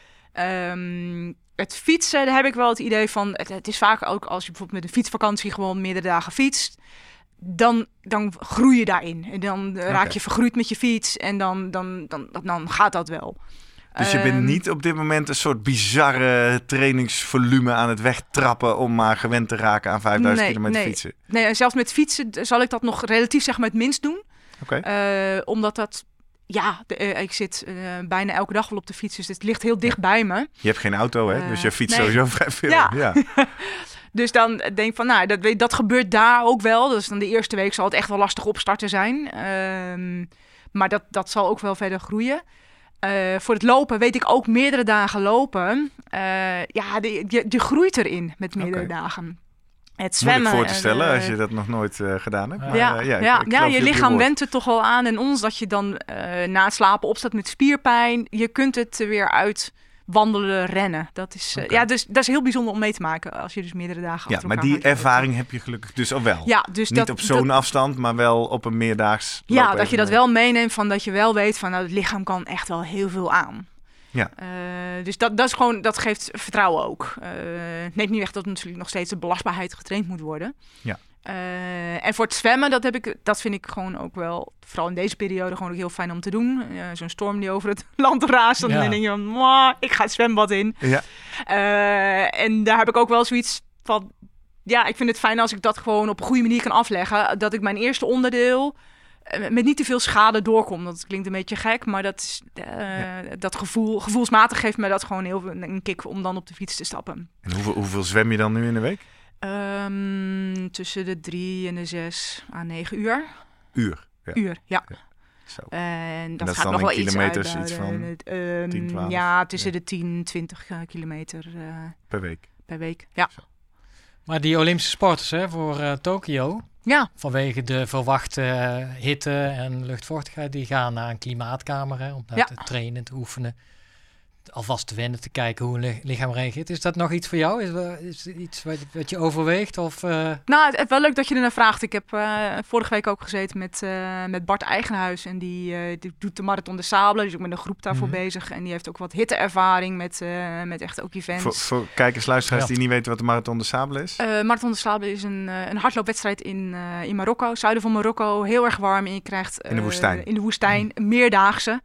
Het fietsen, daar heb ik wel het idee van... Het is vaak ook als je bijvoorbeeld met een fietsvakantie gewoon meerdere dagen fietst. dan groei je daarin. En dan raak je vergroeid met je fiets en dan gaat dat wel. Dus je bent niet op dit moment een soort bizarre trainingsvolume aan het wegtrappen om maar gewend te raken aan 5000 kilometer fietsen? Nee, en zelfs met fietsen zal ik dat nog relatief zeg maar het minst doen. Omdat dat... Ja, ik zit bijna elke dag wel op de fiets, dus het ligt heel dicht bij me. Je hebt geen auto, hè? Dus je fietst sowieso vrij veel. Ja. Dus dan denk ik van, dat gebeurt daar ook wel. Dus dan de eerste week zal het echt wel lastig opstarten zijn. Maar dat zal ook wel verder groeien. Voor het lopen weet ik ook meerdere dagen lopen. Je groeit erin met meerdere dagen. Het zwemmen. Moeilijk voor te stellen als je dat nog nooit gedaan hebt. Maar, je lichaam went er toch al aan. En ons dat je dan na het slapen opstaat met spierpijn. Je kunt het weer uit wandelen, rennen. Dat is, dus dat is heel bijzonder om mee te maken. Als je dus meerdere dagen achter elkaar maar die ervaring heb je gelukkig dus al wel. Ja, dus niet op zo'n afstand, maar wel op een meerdaags. Ja, dat je dat wel meeneemt. Van dat je wel weet van het lichaam kan echt wel heel veel aan. Ja. Dus dat is gewoon, dat geeft vertrouwen ook. Neemt niet weg dat natuurlijk nog steeds de belastbaarheid getraind moet worden. Ja. En voor het zwemmen, dat vind ik gewoon ook wel, vooral in deze periode, gewoon ook heel fijn om te doen. Zo'n storm die over het land raast, dan denk je van, ik ga het zwembad in. Ja. En daar heb ik ook wel zoiets van, ik vind het fijn als ik dat gewoon op een goede manier kan afleggen. Dat ik mijn eerste onderdeel met niet te veel schade doorkom. Dat klinkt een beetje gek, maar dat gevoelsmatig geeft me dat gewoon heel veel een kick om dan op de fiets te stappen. En hoeveel zwem je dan nu in de week? Tussen de 3 en de 6 à 9 uur. Uur, ja. Zo. En dat is gaat dan nog wel kilometers, iets van 10, 12? Ja, tussen de 10, 20 kilometer. Per week? Per week, ja. Zo. Maar die Olympische sporters voor Tokio, vanwege de verwachte hitte en luchtvochtigheid, die gaan naar een klimaatkamer om daar te trainen, te oefenen. Alvast te wennen, te kijken hoe een lichaam reageert. Is dat nog iets voor jou? Is het iets wat je overweegt? Of, Nou, het is wel leuk dat je ernaar vraagt. Ik heb vorige week ook gezeten met Bart Eigenhuis. En die doet de Marathon des Sables. Dus ik ben een groep daarvoor bezig. En die heeft ook wat hitteervaring met echt ook events. Voor kijkers, luisteraars die niet weten wat de Marathon des Sables is? Marathon des Sables is een hardloopwedstrijd in Marokko. Zuiden van Marokko. Heel erg warm. En je krijgt in de woestijn een meerdaagse.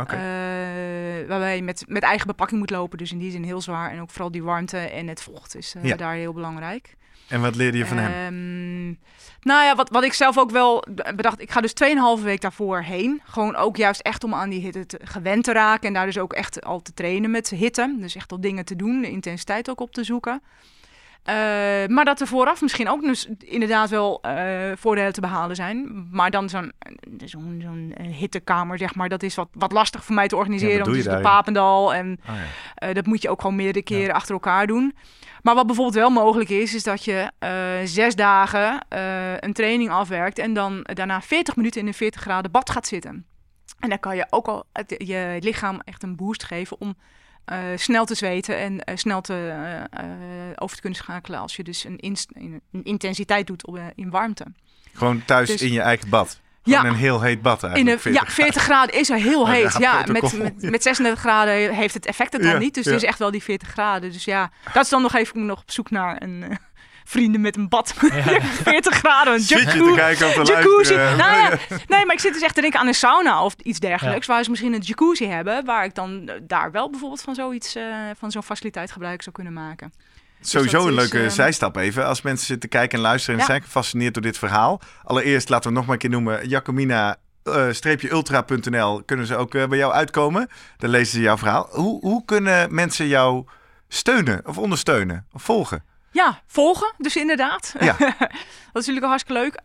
Waarbij je met eigen bepakking moet lopen. Dus in die zin heel zwaar. En ook vooral die warmte en het vocht is daar heel belangrijk. En wat leerde je van hem? Wat ik zelf ook wel bedacht. Ik ga dus 2,5 week daarvoor heen. Gewoon ook juist echt om aan die hitte gewend te raken. En daar dus ook echt al te trainen met hitte. Dus echt al dingen te doen. De intensiteit ook op te zoeken. Maar dat er vooraf misschien ook dus inderdaad wel voordelen te behalen zijn. Maar dan zo'n hittekamer, zeg maar, dat is wat lastig voor mij te organiseren. Want het is de Papendal en dat moet je ook gewoon meerdere keren achter elkaar doen. Maar wat bijvoorbeeld wel mogelijk is dat je 6 dagen een training afwerkt en dan daarna 40 minuten in een 40 graden bad gaat zitten. En dan kan je ook al je lichaam echt een boost geven om snel te zweten en snel over te kunnen schakelen als je dus een intensiteit doet in warmte. Gewoon thuis in je eigen bad? Gewoon een heel heet bad eigenlijk? 40 graden is er heel heet. Met 36 graden heeft het effect het dan niet. Dus het is echt wel die 40 graden. Dus dat is dan nog even nog op zoek naar een... vrienden met een bad, 40 graden, een jacuzzi. Nee, maar ik zit dus echt te denken aan een sauna of iets dergelijks, waar ze misschien een jacuzzi hebben, waar ik dan daar wel bijvoorbeeld van zo'n faciliteit gebruik zou kunnen maken. Sowieso dus een leuke zijstap even. Als mensen zitten kijken en luisteren en zijn gefascineerd door dit verhaal. Allereerst laten we nog maar een keer noemen, Jacomina-ultra.nl kunnen ze ook bij jou uitkomen. Dan lezen ze jouw verhaal. Hoe kunnen mensen jou steunen of ondersteunen of volgen? Ja, volgen, dus inderdaad. Ja. Dat is natuurlijk al hartstikke leuk.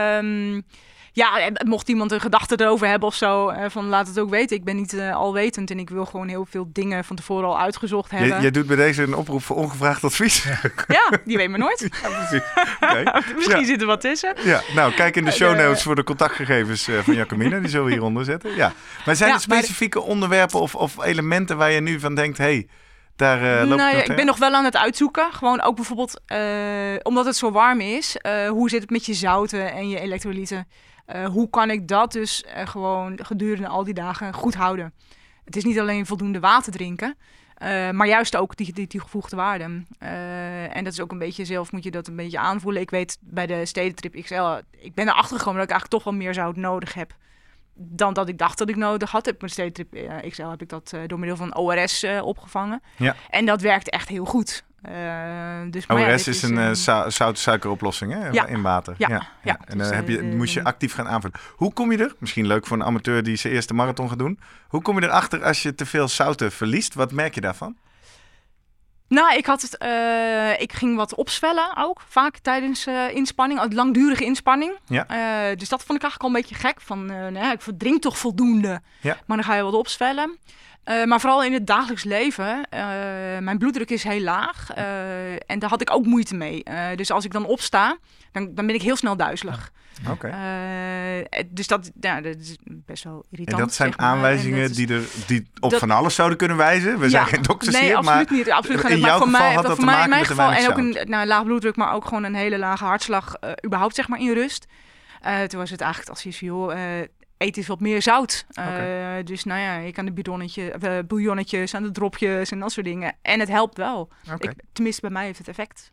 Mocht iemand een gedachte erover hebben of zo, van laat het ook weten. Ik ben niet alwetend en ik wil gewoon heel veel dingen van tevoren al uitgezocht hebben. Je doet bij deze een oproep voor ongevraagd advies. Ja, die weet me nooit. Ja, precies. Okay. Misschien zit er wat tussen. Ja, nou, kijk in de show notes voor de contactgegevens van Jacomina. Die zullen we hieronder zetten. Ja. Maar zijn er specifieke onderwerpen of elementen waar je nu van denkt, hey, ik ben nog wel aan het uitzoeken. Gewoon ook bijvoorbeeld, omdat het zo warm is, hoe zit het met je zouten en je elektrolyten? Hoe kan ik dat dus gewoon gedurende al die dagen goed houden? Het is niet alleen voldoende water drinken. Maar juist ook die gevoegde waarden. En dat is ook een beetje zelf, moet je dat een beetje aanvoelen. Ik weet bij de Stedentrip XL, ik ben erachter gekomen dat ik eigenlijk toch wel meer zout nodig heb dan dat ik dacht dat ik nodig had. Op mijn Stedentrip XL heb ik dat door middel van ORS opgevangen. Ja. En dat werkt echt heel goed. Dus, ORS is een zout-suikeroplossing in water. Ja. En dan moest je actief gaan aanvullen. Hoe kom je er? Misschien leuk voor een amateur die zijn eerste marathon gaat doen. Hoe kom je erachter als je te veel zouten verliest? Wat merk je daarvan? Nou, ik ging wat opzwellen ook, vaak tijdens inspanning, langdurige inspanning. Ja. Dus dat vond ik eigenlijk al een beetje gek. Ik verdrink toch voldoende, maar dan ga je wat opzwellen. Maar vooral in het dagelijks leven, mijn bloeddruk is heel laag en daar had ik ook moeite mee. Dus als ik dan opsta, dan ben ik heel snel duizelig. Dus dat is best wel irritant. En dat zijn aanwijzingen die op van alles zouden kunnen wijzen? We zijn geen dokters hier, absoluut niet. Absoluut in jouw geval had dat te maken met de weinig zout. En ook een laag bloeddruk, maar ook gewoon een hele lage hartslag, überhaupt zeg maar in rust. Toen was het eigenlijk het advies, eet eens wat meer zout. Dus je kan de bouillonnetjes en de dropjes en dat soort dingen. En het helpt wel. Tenminste, bij mij heeft het effect.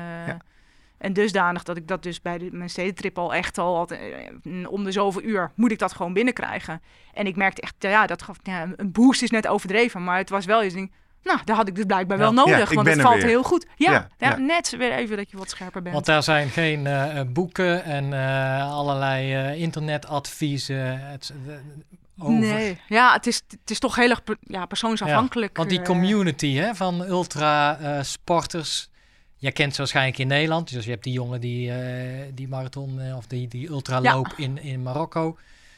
En dusdanig dat ik dat dus bij mijn Stedentrip al om de zoveel uur moet ik dat gewoon binnenkrijgen. En ik merkte echt, dat gaf een boost is net overdreven. Maar het was wel eens daar had ik dus blijkbaar wel nodig, want het valt heel goed. Net weer even dat je wat scherper bent. Want daar zijn geen boeken en allerlei internetadviezen over. Nee, het is toch heel erg persoonsafhankelijk. Want die community van ultrasporters, jij kent ze waarschijnlijk in Nederland. Dus je hebt die jongen die marathon of die ultraloop in Marokko.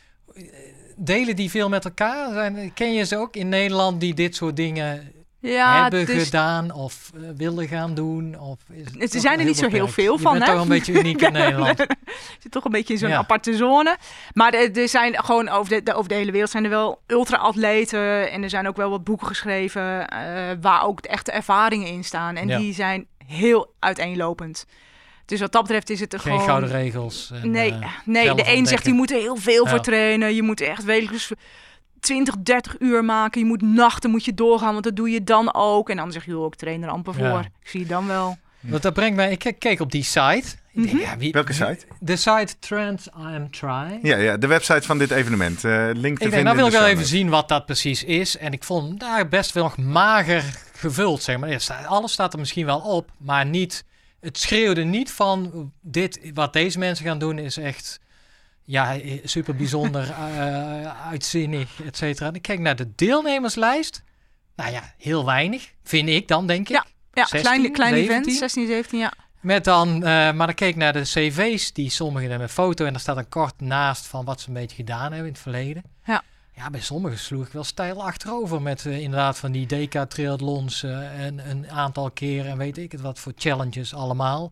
Delen die veel met elkaar? Ken je ze ook in Nederland die dit soort dingen hebben gedaan of willen gaan doen? Er zijn er niet zo heel veel van. Je bent toch een beetje uniek in Nederland. Je zit toch een beetje in zo'n aparte zone. Maar er zijn gewoon over de hele wereld zijn er wel ultra-atleten. En er zijn ook wel wat boeken geschreven waar ook de echte ervaringen in staan. En die zijn heel uiteenlopend. Dus wat dat betreft is het geen gouden regels. Nee, de een zegt je moet er heel veel voor trainen. Je moet echt wekelijks 20, 30 uur maken. Je moet nachten doorgaan, want dat doe je dan ook. En dan zeg je, ik train er amper voor. Ik zie je dan wel. Want dat brengt mij... Ik keek op die site. Welke site? De site Trends I Am Trying. Ja, de website van dit evenement. Link te vinden. Nou wil ik wel even zien wat dat precies is. En ik vond daar best wel nog mager gevuld, zeg maar. Alles staat er misschien wel op, maar niet... Het schreeuwde niet van wat deze mensen gaan doen is echt super bijzonder, uitzinnig, et cetera. Ik kijk naar de deelnemerslijst. Heel weinig, vind ik dan, denk ik. Ja, 16, klein event, 16, 17, Met dan, maar dan keek ik naar de cv's, die sommigen hebben met foto en daar staat een kort naast van wat ze een beetje gedaan hebben in het verleden. Ja, bij sommigen sloeg ik wel stijl achterover met inderdaad van die DK-triathlons en een aantal keren en weet ik het wat voor challenges allemaal.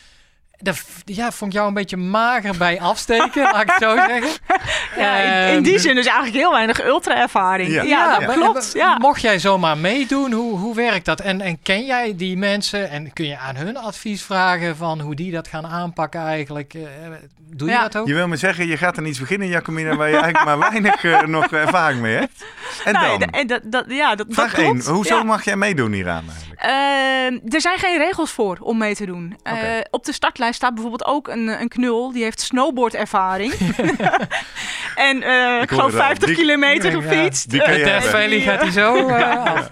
Vond ik jou een beetje mager bij afsteken, laat ik het zo zeggen. In die zin dus eigenlijk heel weinig ultra-ervaring. Dat klopt. Mocht jij zomaar meedoen, hoe werkt dat? En ken jij die mensen en kun je aan hun advies vragen van hoe die dat gaan aanpakken eigenlijk? Doe je dat ook? Je wil me zeggen, je gaat aan iets beginnen, Jacomina, waar je eigenlijk maar weinig nog ervaring mee hebt. En dan? Vraag 1. Hoezo mag jij meedoen hieraan eigenlijk? Er zijn geen regels voor om mee te doen. Op de startlijst staat bijvoorbeeld ook een knul. Die heeft snowboardervaring. En ik geloof 50 kilometer gefietst. Die kan je Death Valley gaat hij zo af.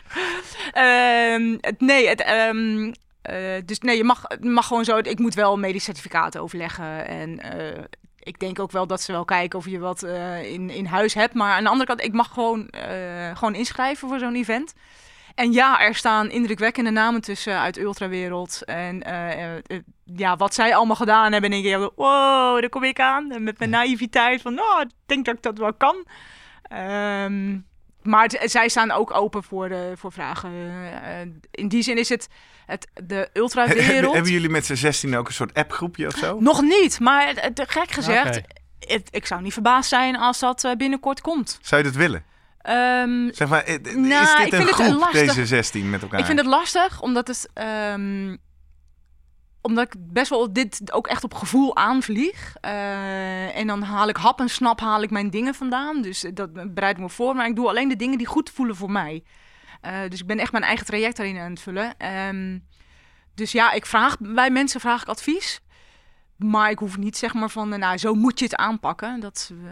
Dus je mag gewoon zo... Ik moet wel een medisch certificaat overleggen. En ik denk ook wel dat ze wel kijken of je wat in huis hebt. Maar aan de andere kant, ik mag gewoon inschrijven voor zo'n event. En er staan indrukwekkende namen tussen uit de ultrawereld. En wat zij allemaal gedaan hebben. En denk je, wow, daar kom ik aan. En met mijn naïviteit van, ik denk dat ik dat wel kan. Maar zij staan ook open voor vragen. In die zin is het de ultrawereld... Hebben jullie met z'n 16 ook een soort appgroepje of zo? Nog niet, maar gek gezegd... Ik zou niet verbaasd zijn als dat binnenkort komt. Zou je dat willen? Zeg maar, is dit een groep, deze 16 met elkaar? Ik vind het lastig, omdat ik best wel dit ook echt op gevoel aanvlieg. En dan haal ik mijn dingen vandaan. Dus dat bereid ik me voor. Maar ik doe alleen de dingen die goed voelen voor mij. Dus ik ben echt mijn eigen traject daarin aan het vullen. Dus ja, bij mensen vraag ik advies. Maar ik hoef niet zeg maar van, zo moet je het aanpakken.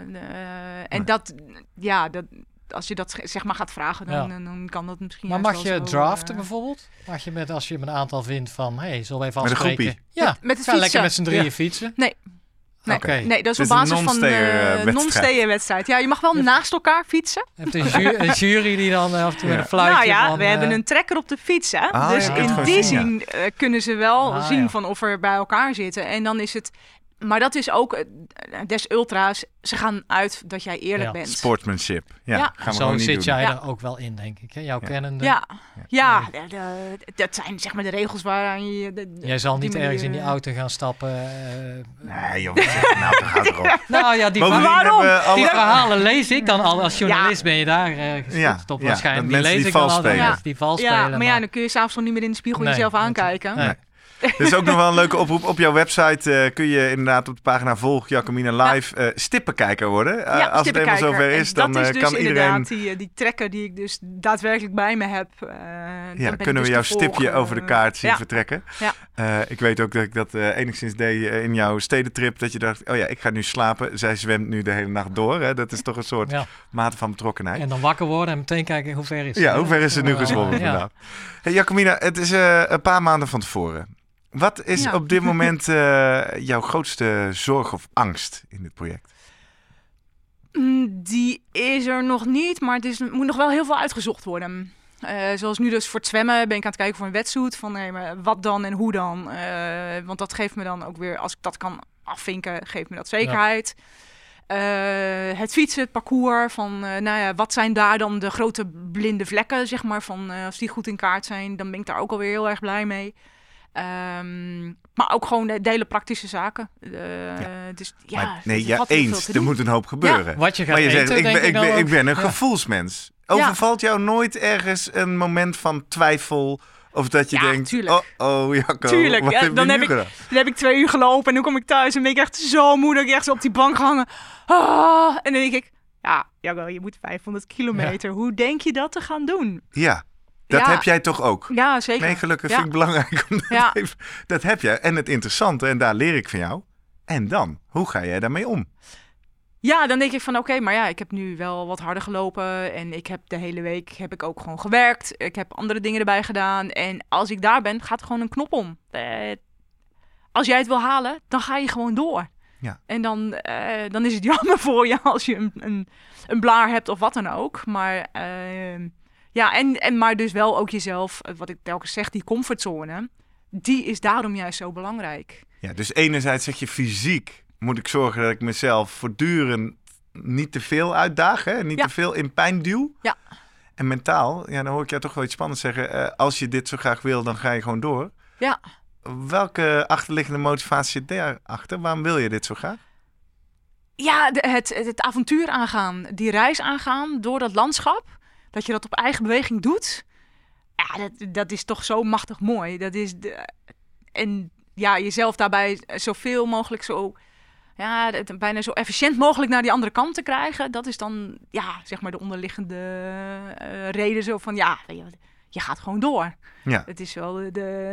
Als je dat zeg maar gaat vragen, dan kan dat misschien. Maar mag je draften bijvoorbeeld? Mag je als je een aantal vindt van, zullen we even afspreken? Met een ja, met het fietsen. Lekker met z'n drieën fietsen. Nee. Nee, dat is op basis van een non-stayer-wedstrijd. Ja, je mag wel naast elkaar fietsen. Je hebt een jury die dan af en toe met een fluitje... we hebben een trekker op de fiets, hè? Dus in die zin kunnen ze wel zien van of er bij elkaar zitten. En dan is het... Maar dat is ook des ultra's. Ze gaan uit dat jij eerlijk bent. Sportsmanship. Ja. Gaan we zo niet zit doen. jij er ook wel in, denk ik. Hè? Jouw kennende. Ja. Dat zijn zeg maar de regels waaraan je... Jij zal niet ergens in die auto gaan stappen. Nee, joh. Nou, dan gaat erop. Nou ja, die verhalen lees ik dan al. Als journalist ben je daar gestopt waarschijnlijk. Die lees ik dan al. Die vals spelen. Ja, maar dan kun je s'avonds nog niet meer in de spiegel jezelf aankijken. Nee. Er is ook nog wel een leuke oproep. Op jouw website kun je inderdaad op de pagina Volg Jacomina Live stippenkijker worden. Als het eenmaal zover is, dan dat is dus kan iedereen... die trekker die ik dus daadwerkelijk bij me heb. Kunnen we jouw stipje over de kaart zien vertrekken. Ja. Ik weet ook dat ik dat enigszins deed in jouw stedentrip. Dat je dacht, ik ga nu slapen. Zij zwemt nu de hele nacht door. Hè. Dat is toch een soort mate van betrokkenheid. En dan wakker worden en meteen kijken hoe ver is het. Ja, hoe ver is het nu gezwommen vandaag. Hey, Jacomina, het is een paar maanden van tevoren. Wat is op dit moment jouw grootste zorg of angst in dit project? Die is er nog niet, maar het moet nog wel heel veel uitgezocht worden. Zoals nu dus voor het zwemmen ben ik aan het kijken voor een wetsuit. Van maar wat dan en hoe dan? Want dat geeft me dan ook weer, als ik dat kan afvinken, geeft me dat zekerheid. Ja. Het fietsen, het parcours, wat zijn daar dan de grote blinde vlekken, zeg maar. Als die goed in kaart zijn, dan ben ik daar ook alweer heel erg blij mee. Maar ook gewoon de hele praktische zaken. Er moet een hoop gebeuren. Ja. Wat je gaat eten, ik ben een gevoelsmens. Overvalt jou nooit ergens een moment van twijfel? Of dat je denkt, tuurlijk. Jacco, tuurlijk. Wat heb je nu gedaan? Dan heb ik 2 uur gelopen en nu kom ik thuis en ben ik echt zo moe dat ik echt zo op die bank hangen. En dan denk ik, Jacco, je moet 500 kilometer. Ja. Hoe denk je dat te gaan doen? Ja. Dat heb jij toch ook? Ja, zeker. Nee, gelukkig vind ik belangrijk. Dat heb jij. En het interessante, en daar leer ik van jou. En dan, hoe ga jij daarmee om? Ja, dan denk ik van ik heb nu wel wat harder gelopen. En ik heb de hele week ook gewoon gewerkt. Ik heb andere dingen erbij gedaan. En als ik daar ben, gaat er gewoon een knop om. Als jij het wil halen, dan ga je gewoon door. Ja. En dan is het jammer voor je als je een blaar hebt of wat dan ook. Maar... maar dus wel ook jezelf, wat ik telkens zeg, die comfortzone, die is daarom juist zo belangrijk. Ja, dus enerzijds zeg je fysiek moet ik zorgen dat ik mezelf voortdurend niet te veel uitdaag, hè? Niet te veel in pijn duw. Ja. En mentaal, dan hoor ik jou toch wel iets spannends zeggen. Als je dit zo graag wil, dan ga je gewoon door. Ja. Welke achterliggende motivatie zit daarachter? Waarom wil je dit zo graag? Ja, het avontuur aangaan, die reis aangaan door dat landschap. Dat je dat op eigen beweging doet. Ja, dat is toch zo machtig mooi. Dat is jezelf daarbij zoveel mogelijk bijna zo efficiënt mogelijk naar die andere kant te krijgen. Dat is dan, zeg maar de onderliggende reden zo van, je gaat gewoon door. Ja. Het is wel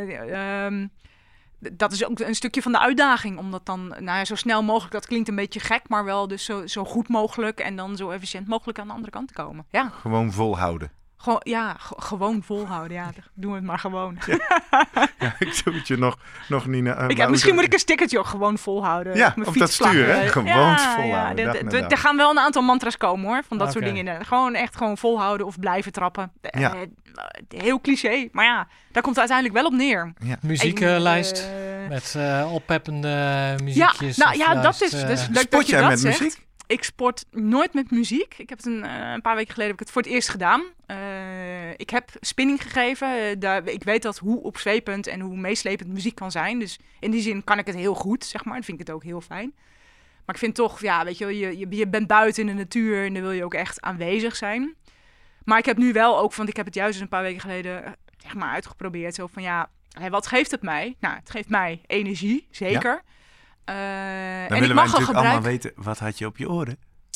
dat is ook een stukje van de uitdaging. Om dat dan zo snel mogelijk, dat klinkt een beetje gek, maar wel dus zo goed mogelijk en dan zo efficiënt mogelijk aan de andere kant te komen. Ja. Gewoon volhouden. Gewoon volhouden. Ja, doen we het maar gewoon. Ja, ik doe het je nog niet naar. Misschien moet ik een stickertje ook gewoon volhouden. Ja, op dat stuur, hè? Gewoon volhouden. Er gaan wel een aantal mantra's komen, hoor. Van dat soort dingen. Gewoon volhouden of blijven trappen. Heel cliché. Maar daar komt het uiteindelijk wel op neer. Ja. Muzieklijst met oppeppende muziekjes. Dat is dus leuk. Sport jij met muziek? Ik sport nooit met muziek. Ik heb het een paar weken geleden heb ik het voor het eerst gedaan. Ik heb spinning gegeven. Ik weet hoe opzwepend en hoe meeslepend muziek kan zijn. Dus in die zin kan ik het heel goed, zeg maar. Dan vind ik het ook heel fijn. Maar ik vind toch, weet je bent buiten in de natuur en dan wil je ook echt aanwezig zijn. Maar ik heb nu wel ook, want ik heb het juist eens een paar weken geleden zeg maar uitgeprobeerd. Zo van wat geeft het mij? Nou, het geeft mij energie, zeker. Dan willen wij natuurlijk allemaal weten, wat had je op je oren?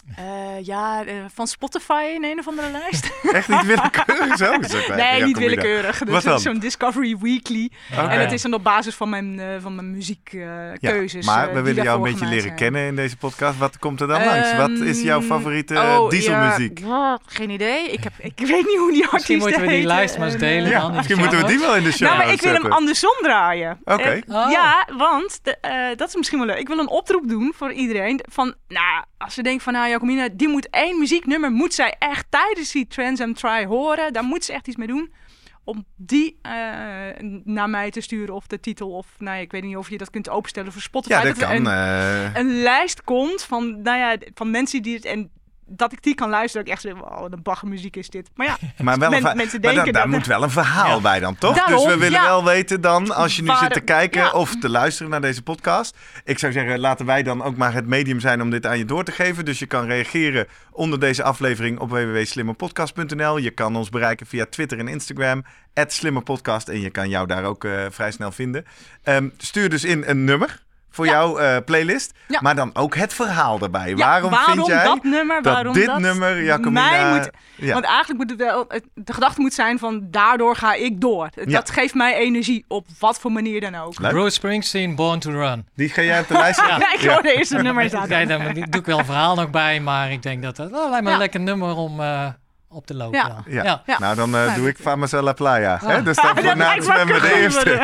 Van Spotify in een of andere lijst. Echt niet willekeurig zo? Nee, niet willekeurig. Wat dan? Zo'n Discovery Weekly. Okay. En het is dan op basis van mijn muziekkeuzes. Maar we willen jou een beetje leren kennen in deze podcast. Wat komt er dan langs? Wat is jouw favoriete dieselmuziek? Ja, geen idee. Ik weet niet hoe die artiest heet. Misschien moeten we die lijst maar eens delen. Misschien moeten we die wel in de show maar ik wil hem andersom draaien. Oké. Ja, want dat is misschien wel leuk. Ik wil een oproep doen voor iedereen. Van, als ze denken van, Jacomina, die moet 1 muzieknummer, moet zij echt tijdens die Trans Am Try horen. Daar moet ze echt iets mee doen. Om die naar mij te sturen of de titel. Of ik weet niet of je dat kunt openstellen voor Spotify. Ja, dat kan. Een lijst komt van mensen die het... En dat ik die kan luisteren, dat ik echt zeg, wow, de baggermuziek is dit. Maar maar mensen denken daar moet wel een verhaal bij dan, toch? Daarom, dus we willen wel weten dan, als je nu zit te kijken of te luisteren naar deze podcast. Ik zou zeggen, laten wij dan ook maar het medium zijn om dit aan je door te geven. Dus je kan reageren onder deze aflevering op www.slimmerpodcast.nl. Je kan ons bereiken via Twitter en Instagram, @slimmerpodcast. En je kan jou daar ook vrij snel vinden. Stuur dus in een nummer voor jouw playlist. Ja. Maar dan ook het verhaal daarbij. Ja, waarom vind jij dat nummer, dat dit nummer Jacomina... Want eigenlijk moet het wel... De gedachte moet zijn van daardoor ga ik door. Dat geeft mij energie op wat voor manier dan ook. Bruce Springsteen, Born to Run. Die ga jij op de lijst zetten? Ik hoor de eerste nummer staan. Daar doe ik wel een verhaal nog bij. Maar ik denk dat lijkt me een lekker nummer om... op te lopen. Ja. Nou, dan doe ik Famasa La Playa. Hè? Dus dan voor na het zwemmen de eerste.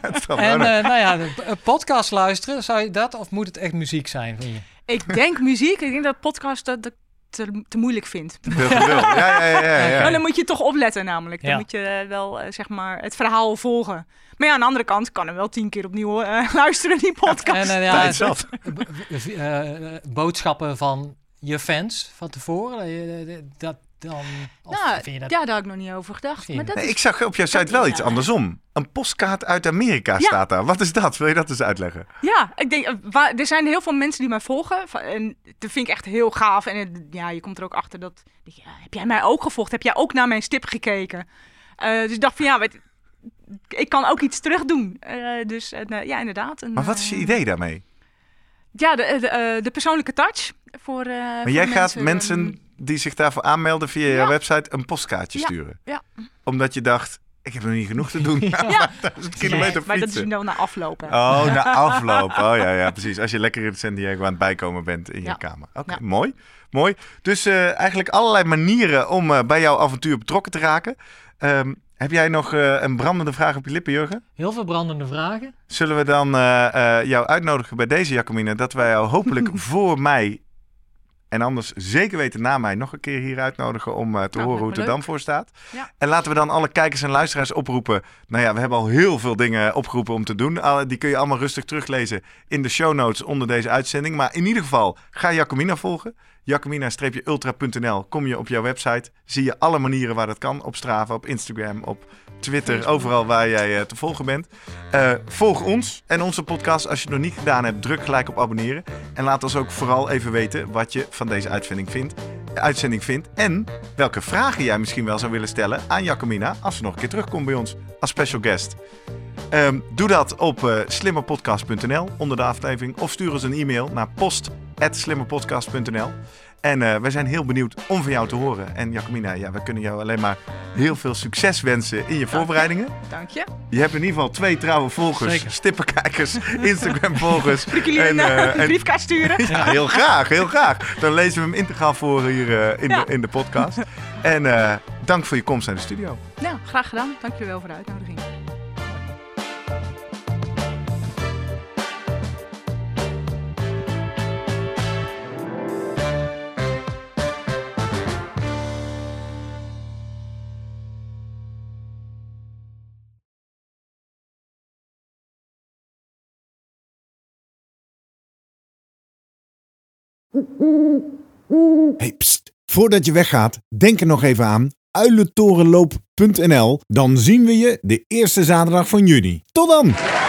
Een podcast luisteren, zou je dat? Of moet het echt muziek zijn, vind je? Ik denk muziek. Ik denk dat podcast dat te moeilijk vindt. Veel gelul. Ja. Maar dan moet je toch opletten namelijk. Dan moet je wel het verhaal volgen. Maar aan de andere kant kan hem wel 10 keer opnieuw luisteren, die podcast. Tijd zat. Boodschappen van je fans van tevoren. Daar had ik nog niet over gedacht. Maar ik zag op jouw site wel iets andersom. Een postkaart uit Amerika staat daar. Wat is dat? Wil je dat eens uitleggen? Ja, ik denk, er zijn heel veel mensen die mij volgen. En dat vind ik echt heel gaaf. En je komt er ook achter dat... heb jij mij ook gevolgd? Heb jij ook naar mijn stip gekeken? Dus ik dacht van ik kan ook iets terug doen. Inderdaad. Maar wat is je idee daarmee? Ja, de persoonlijke touch. Maar jij gaat mensen die zich daarvoor aanmelden via je website een postkaartje sturen? Ja. Omdat je dacht, ik heb nog niet genoeg te doen. 1000 kilometer fietsen. Maar dat is nou na afloop. Oh, na afloop. Oh ja, precies. Als je lekker in San Diego aan het bijkomen bent in je kamer. Oké, mooi. Dus eigenlijk allerlei manieren om bij jouw avontuur betrokken te raken. Heb jij nog een brandende vraag op je lippen, Jurgen? Heel veel brandende vragen. Zullen we dan jou uitnodigen bij deze Jacomina, dat wij jou hopelijk voor mei en anders zeker weten na mij nog een keer hier uitnodigen om te horen hoe het er dan voor staat. Ja. En laten we dan alle kijkers en luisteraars oproepen. Nou ja, we hebben al heel veel dingen opgeroepen om te doen. Die kun je allemaal rustig teruglezen in de show notes onder deze uitzending. Maar in ieder geval, ga Jacomina volgen. Jacomina-ultra.nl. Kom je op jouw website. Zie je alle manieren waar dat kan. Op Strava, op Instagram, op Twitter. Facebook. Overal waar jij te volgen bent. Volg ons en onze podcast. Als je het nog niet gedaan hebt, druk gelijk op abonneren. En laat ons ook vooral even weten wat je van deze uitzending vindt. En welke vragen jij misschien wel zou willen stellen aan Jacomina als ze nog een keer terugkomt bij ons als special guest. Doe dat op slimmerpodcast.nl onder de aflevering. Of stuur ons een e-mail naar post@slimmerpodcast.nl. En wij zijn heel benieuwd om van jou te horen. En Jacomina, we kunnen jou alleen maar heel veel succes wensen in je voorbereidingen. Dank je. Je hebt in ieder geval 2 trouwe volgers, zeker. Stippenkijkers, Instagram-volgers. Moet ik jullie een briefkaart sturen? Ja, heel graag. Dan lezen we hem integraal voor hier in de podcast. En dank voor je komst naar de studio. Ja, graag gedaan. Dank je wel voor de uitnodiging. Hey, pst. Voordat je weggaat, denk er nog even aan. uilentorenloop.nl. Dan zien we je de eerste zaterdag van juni. Tot dan!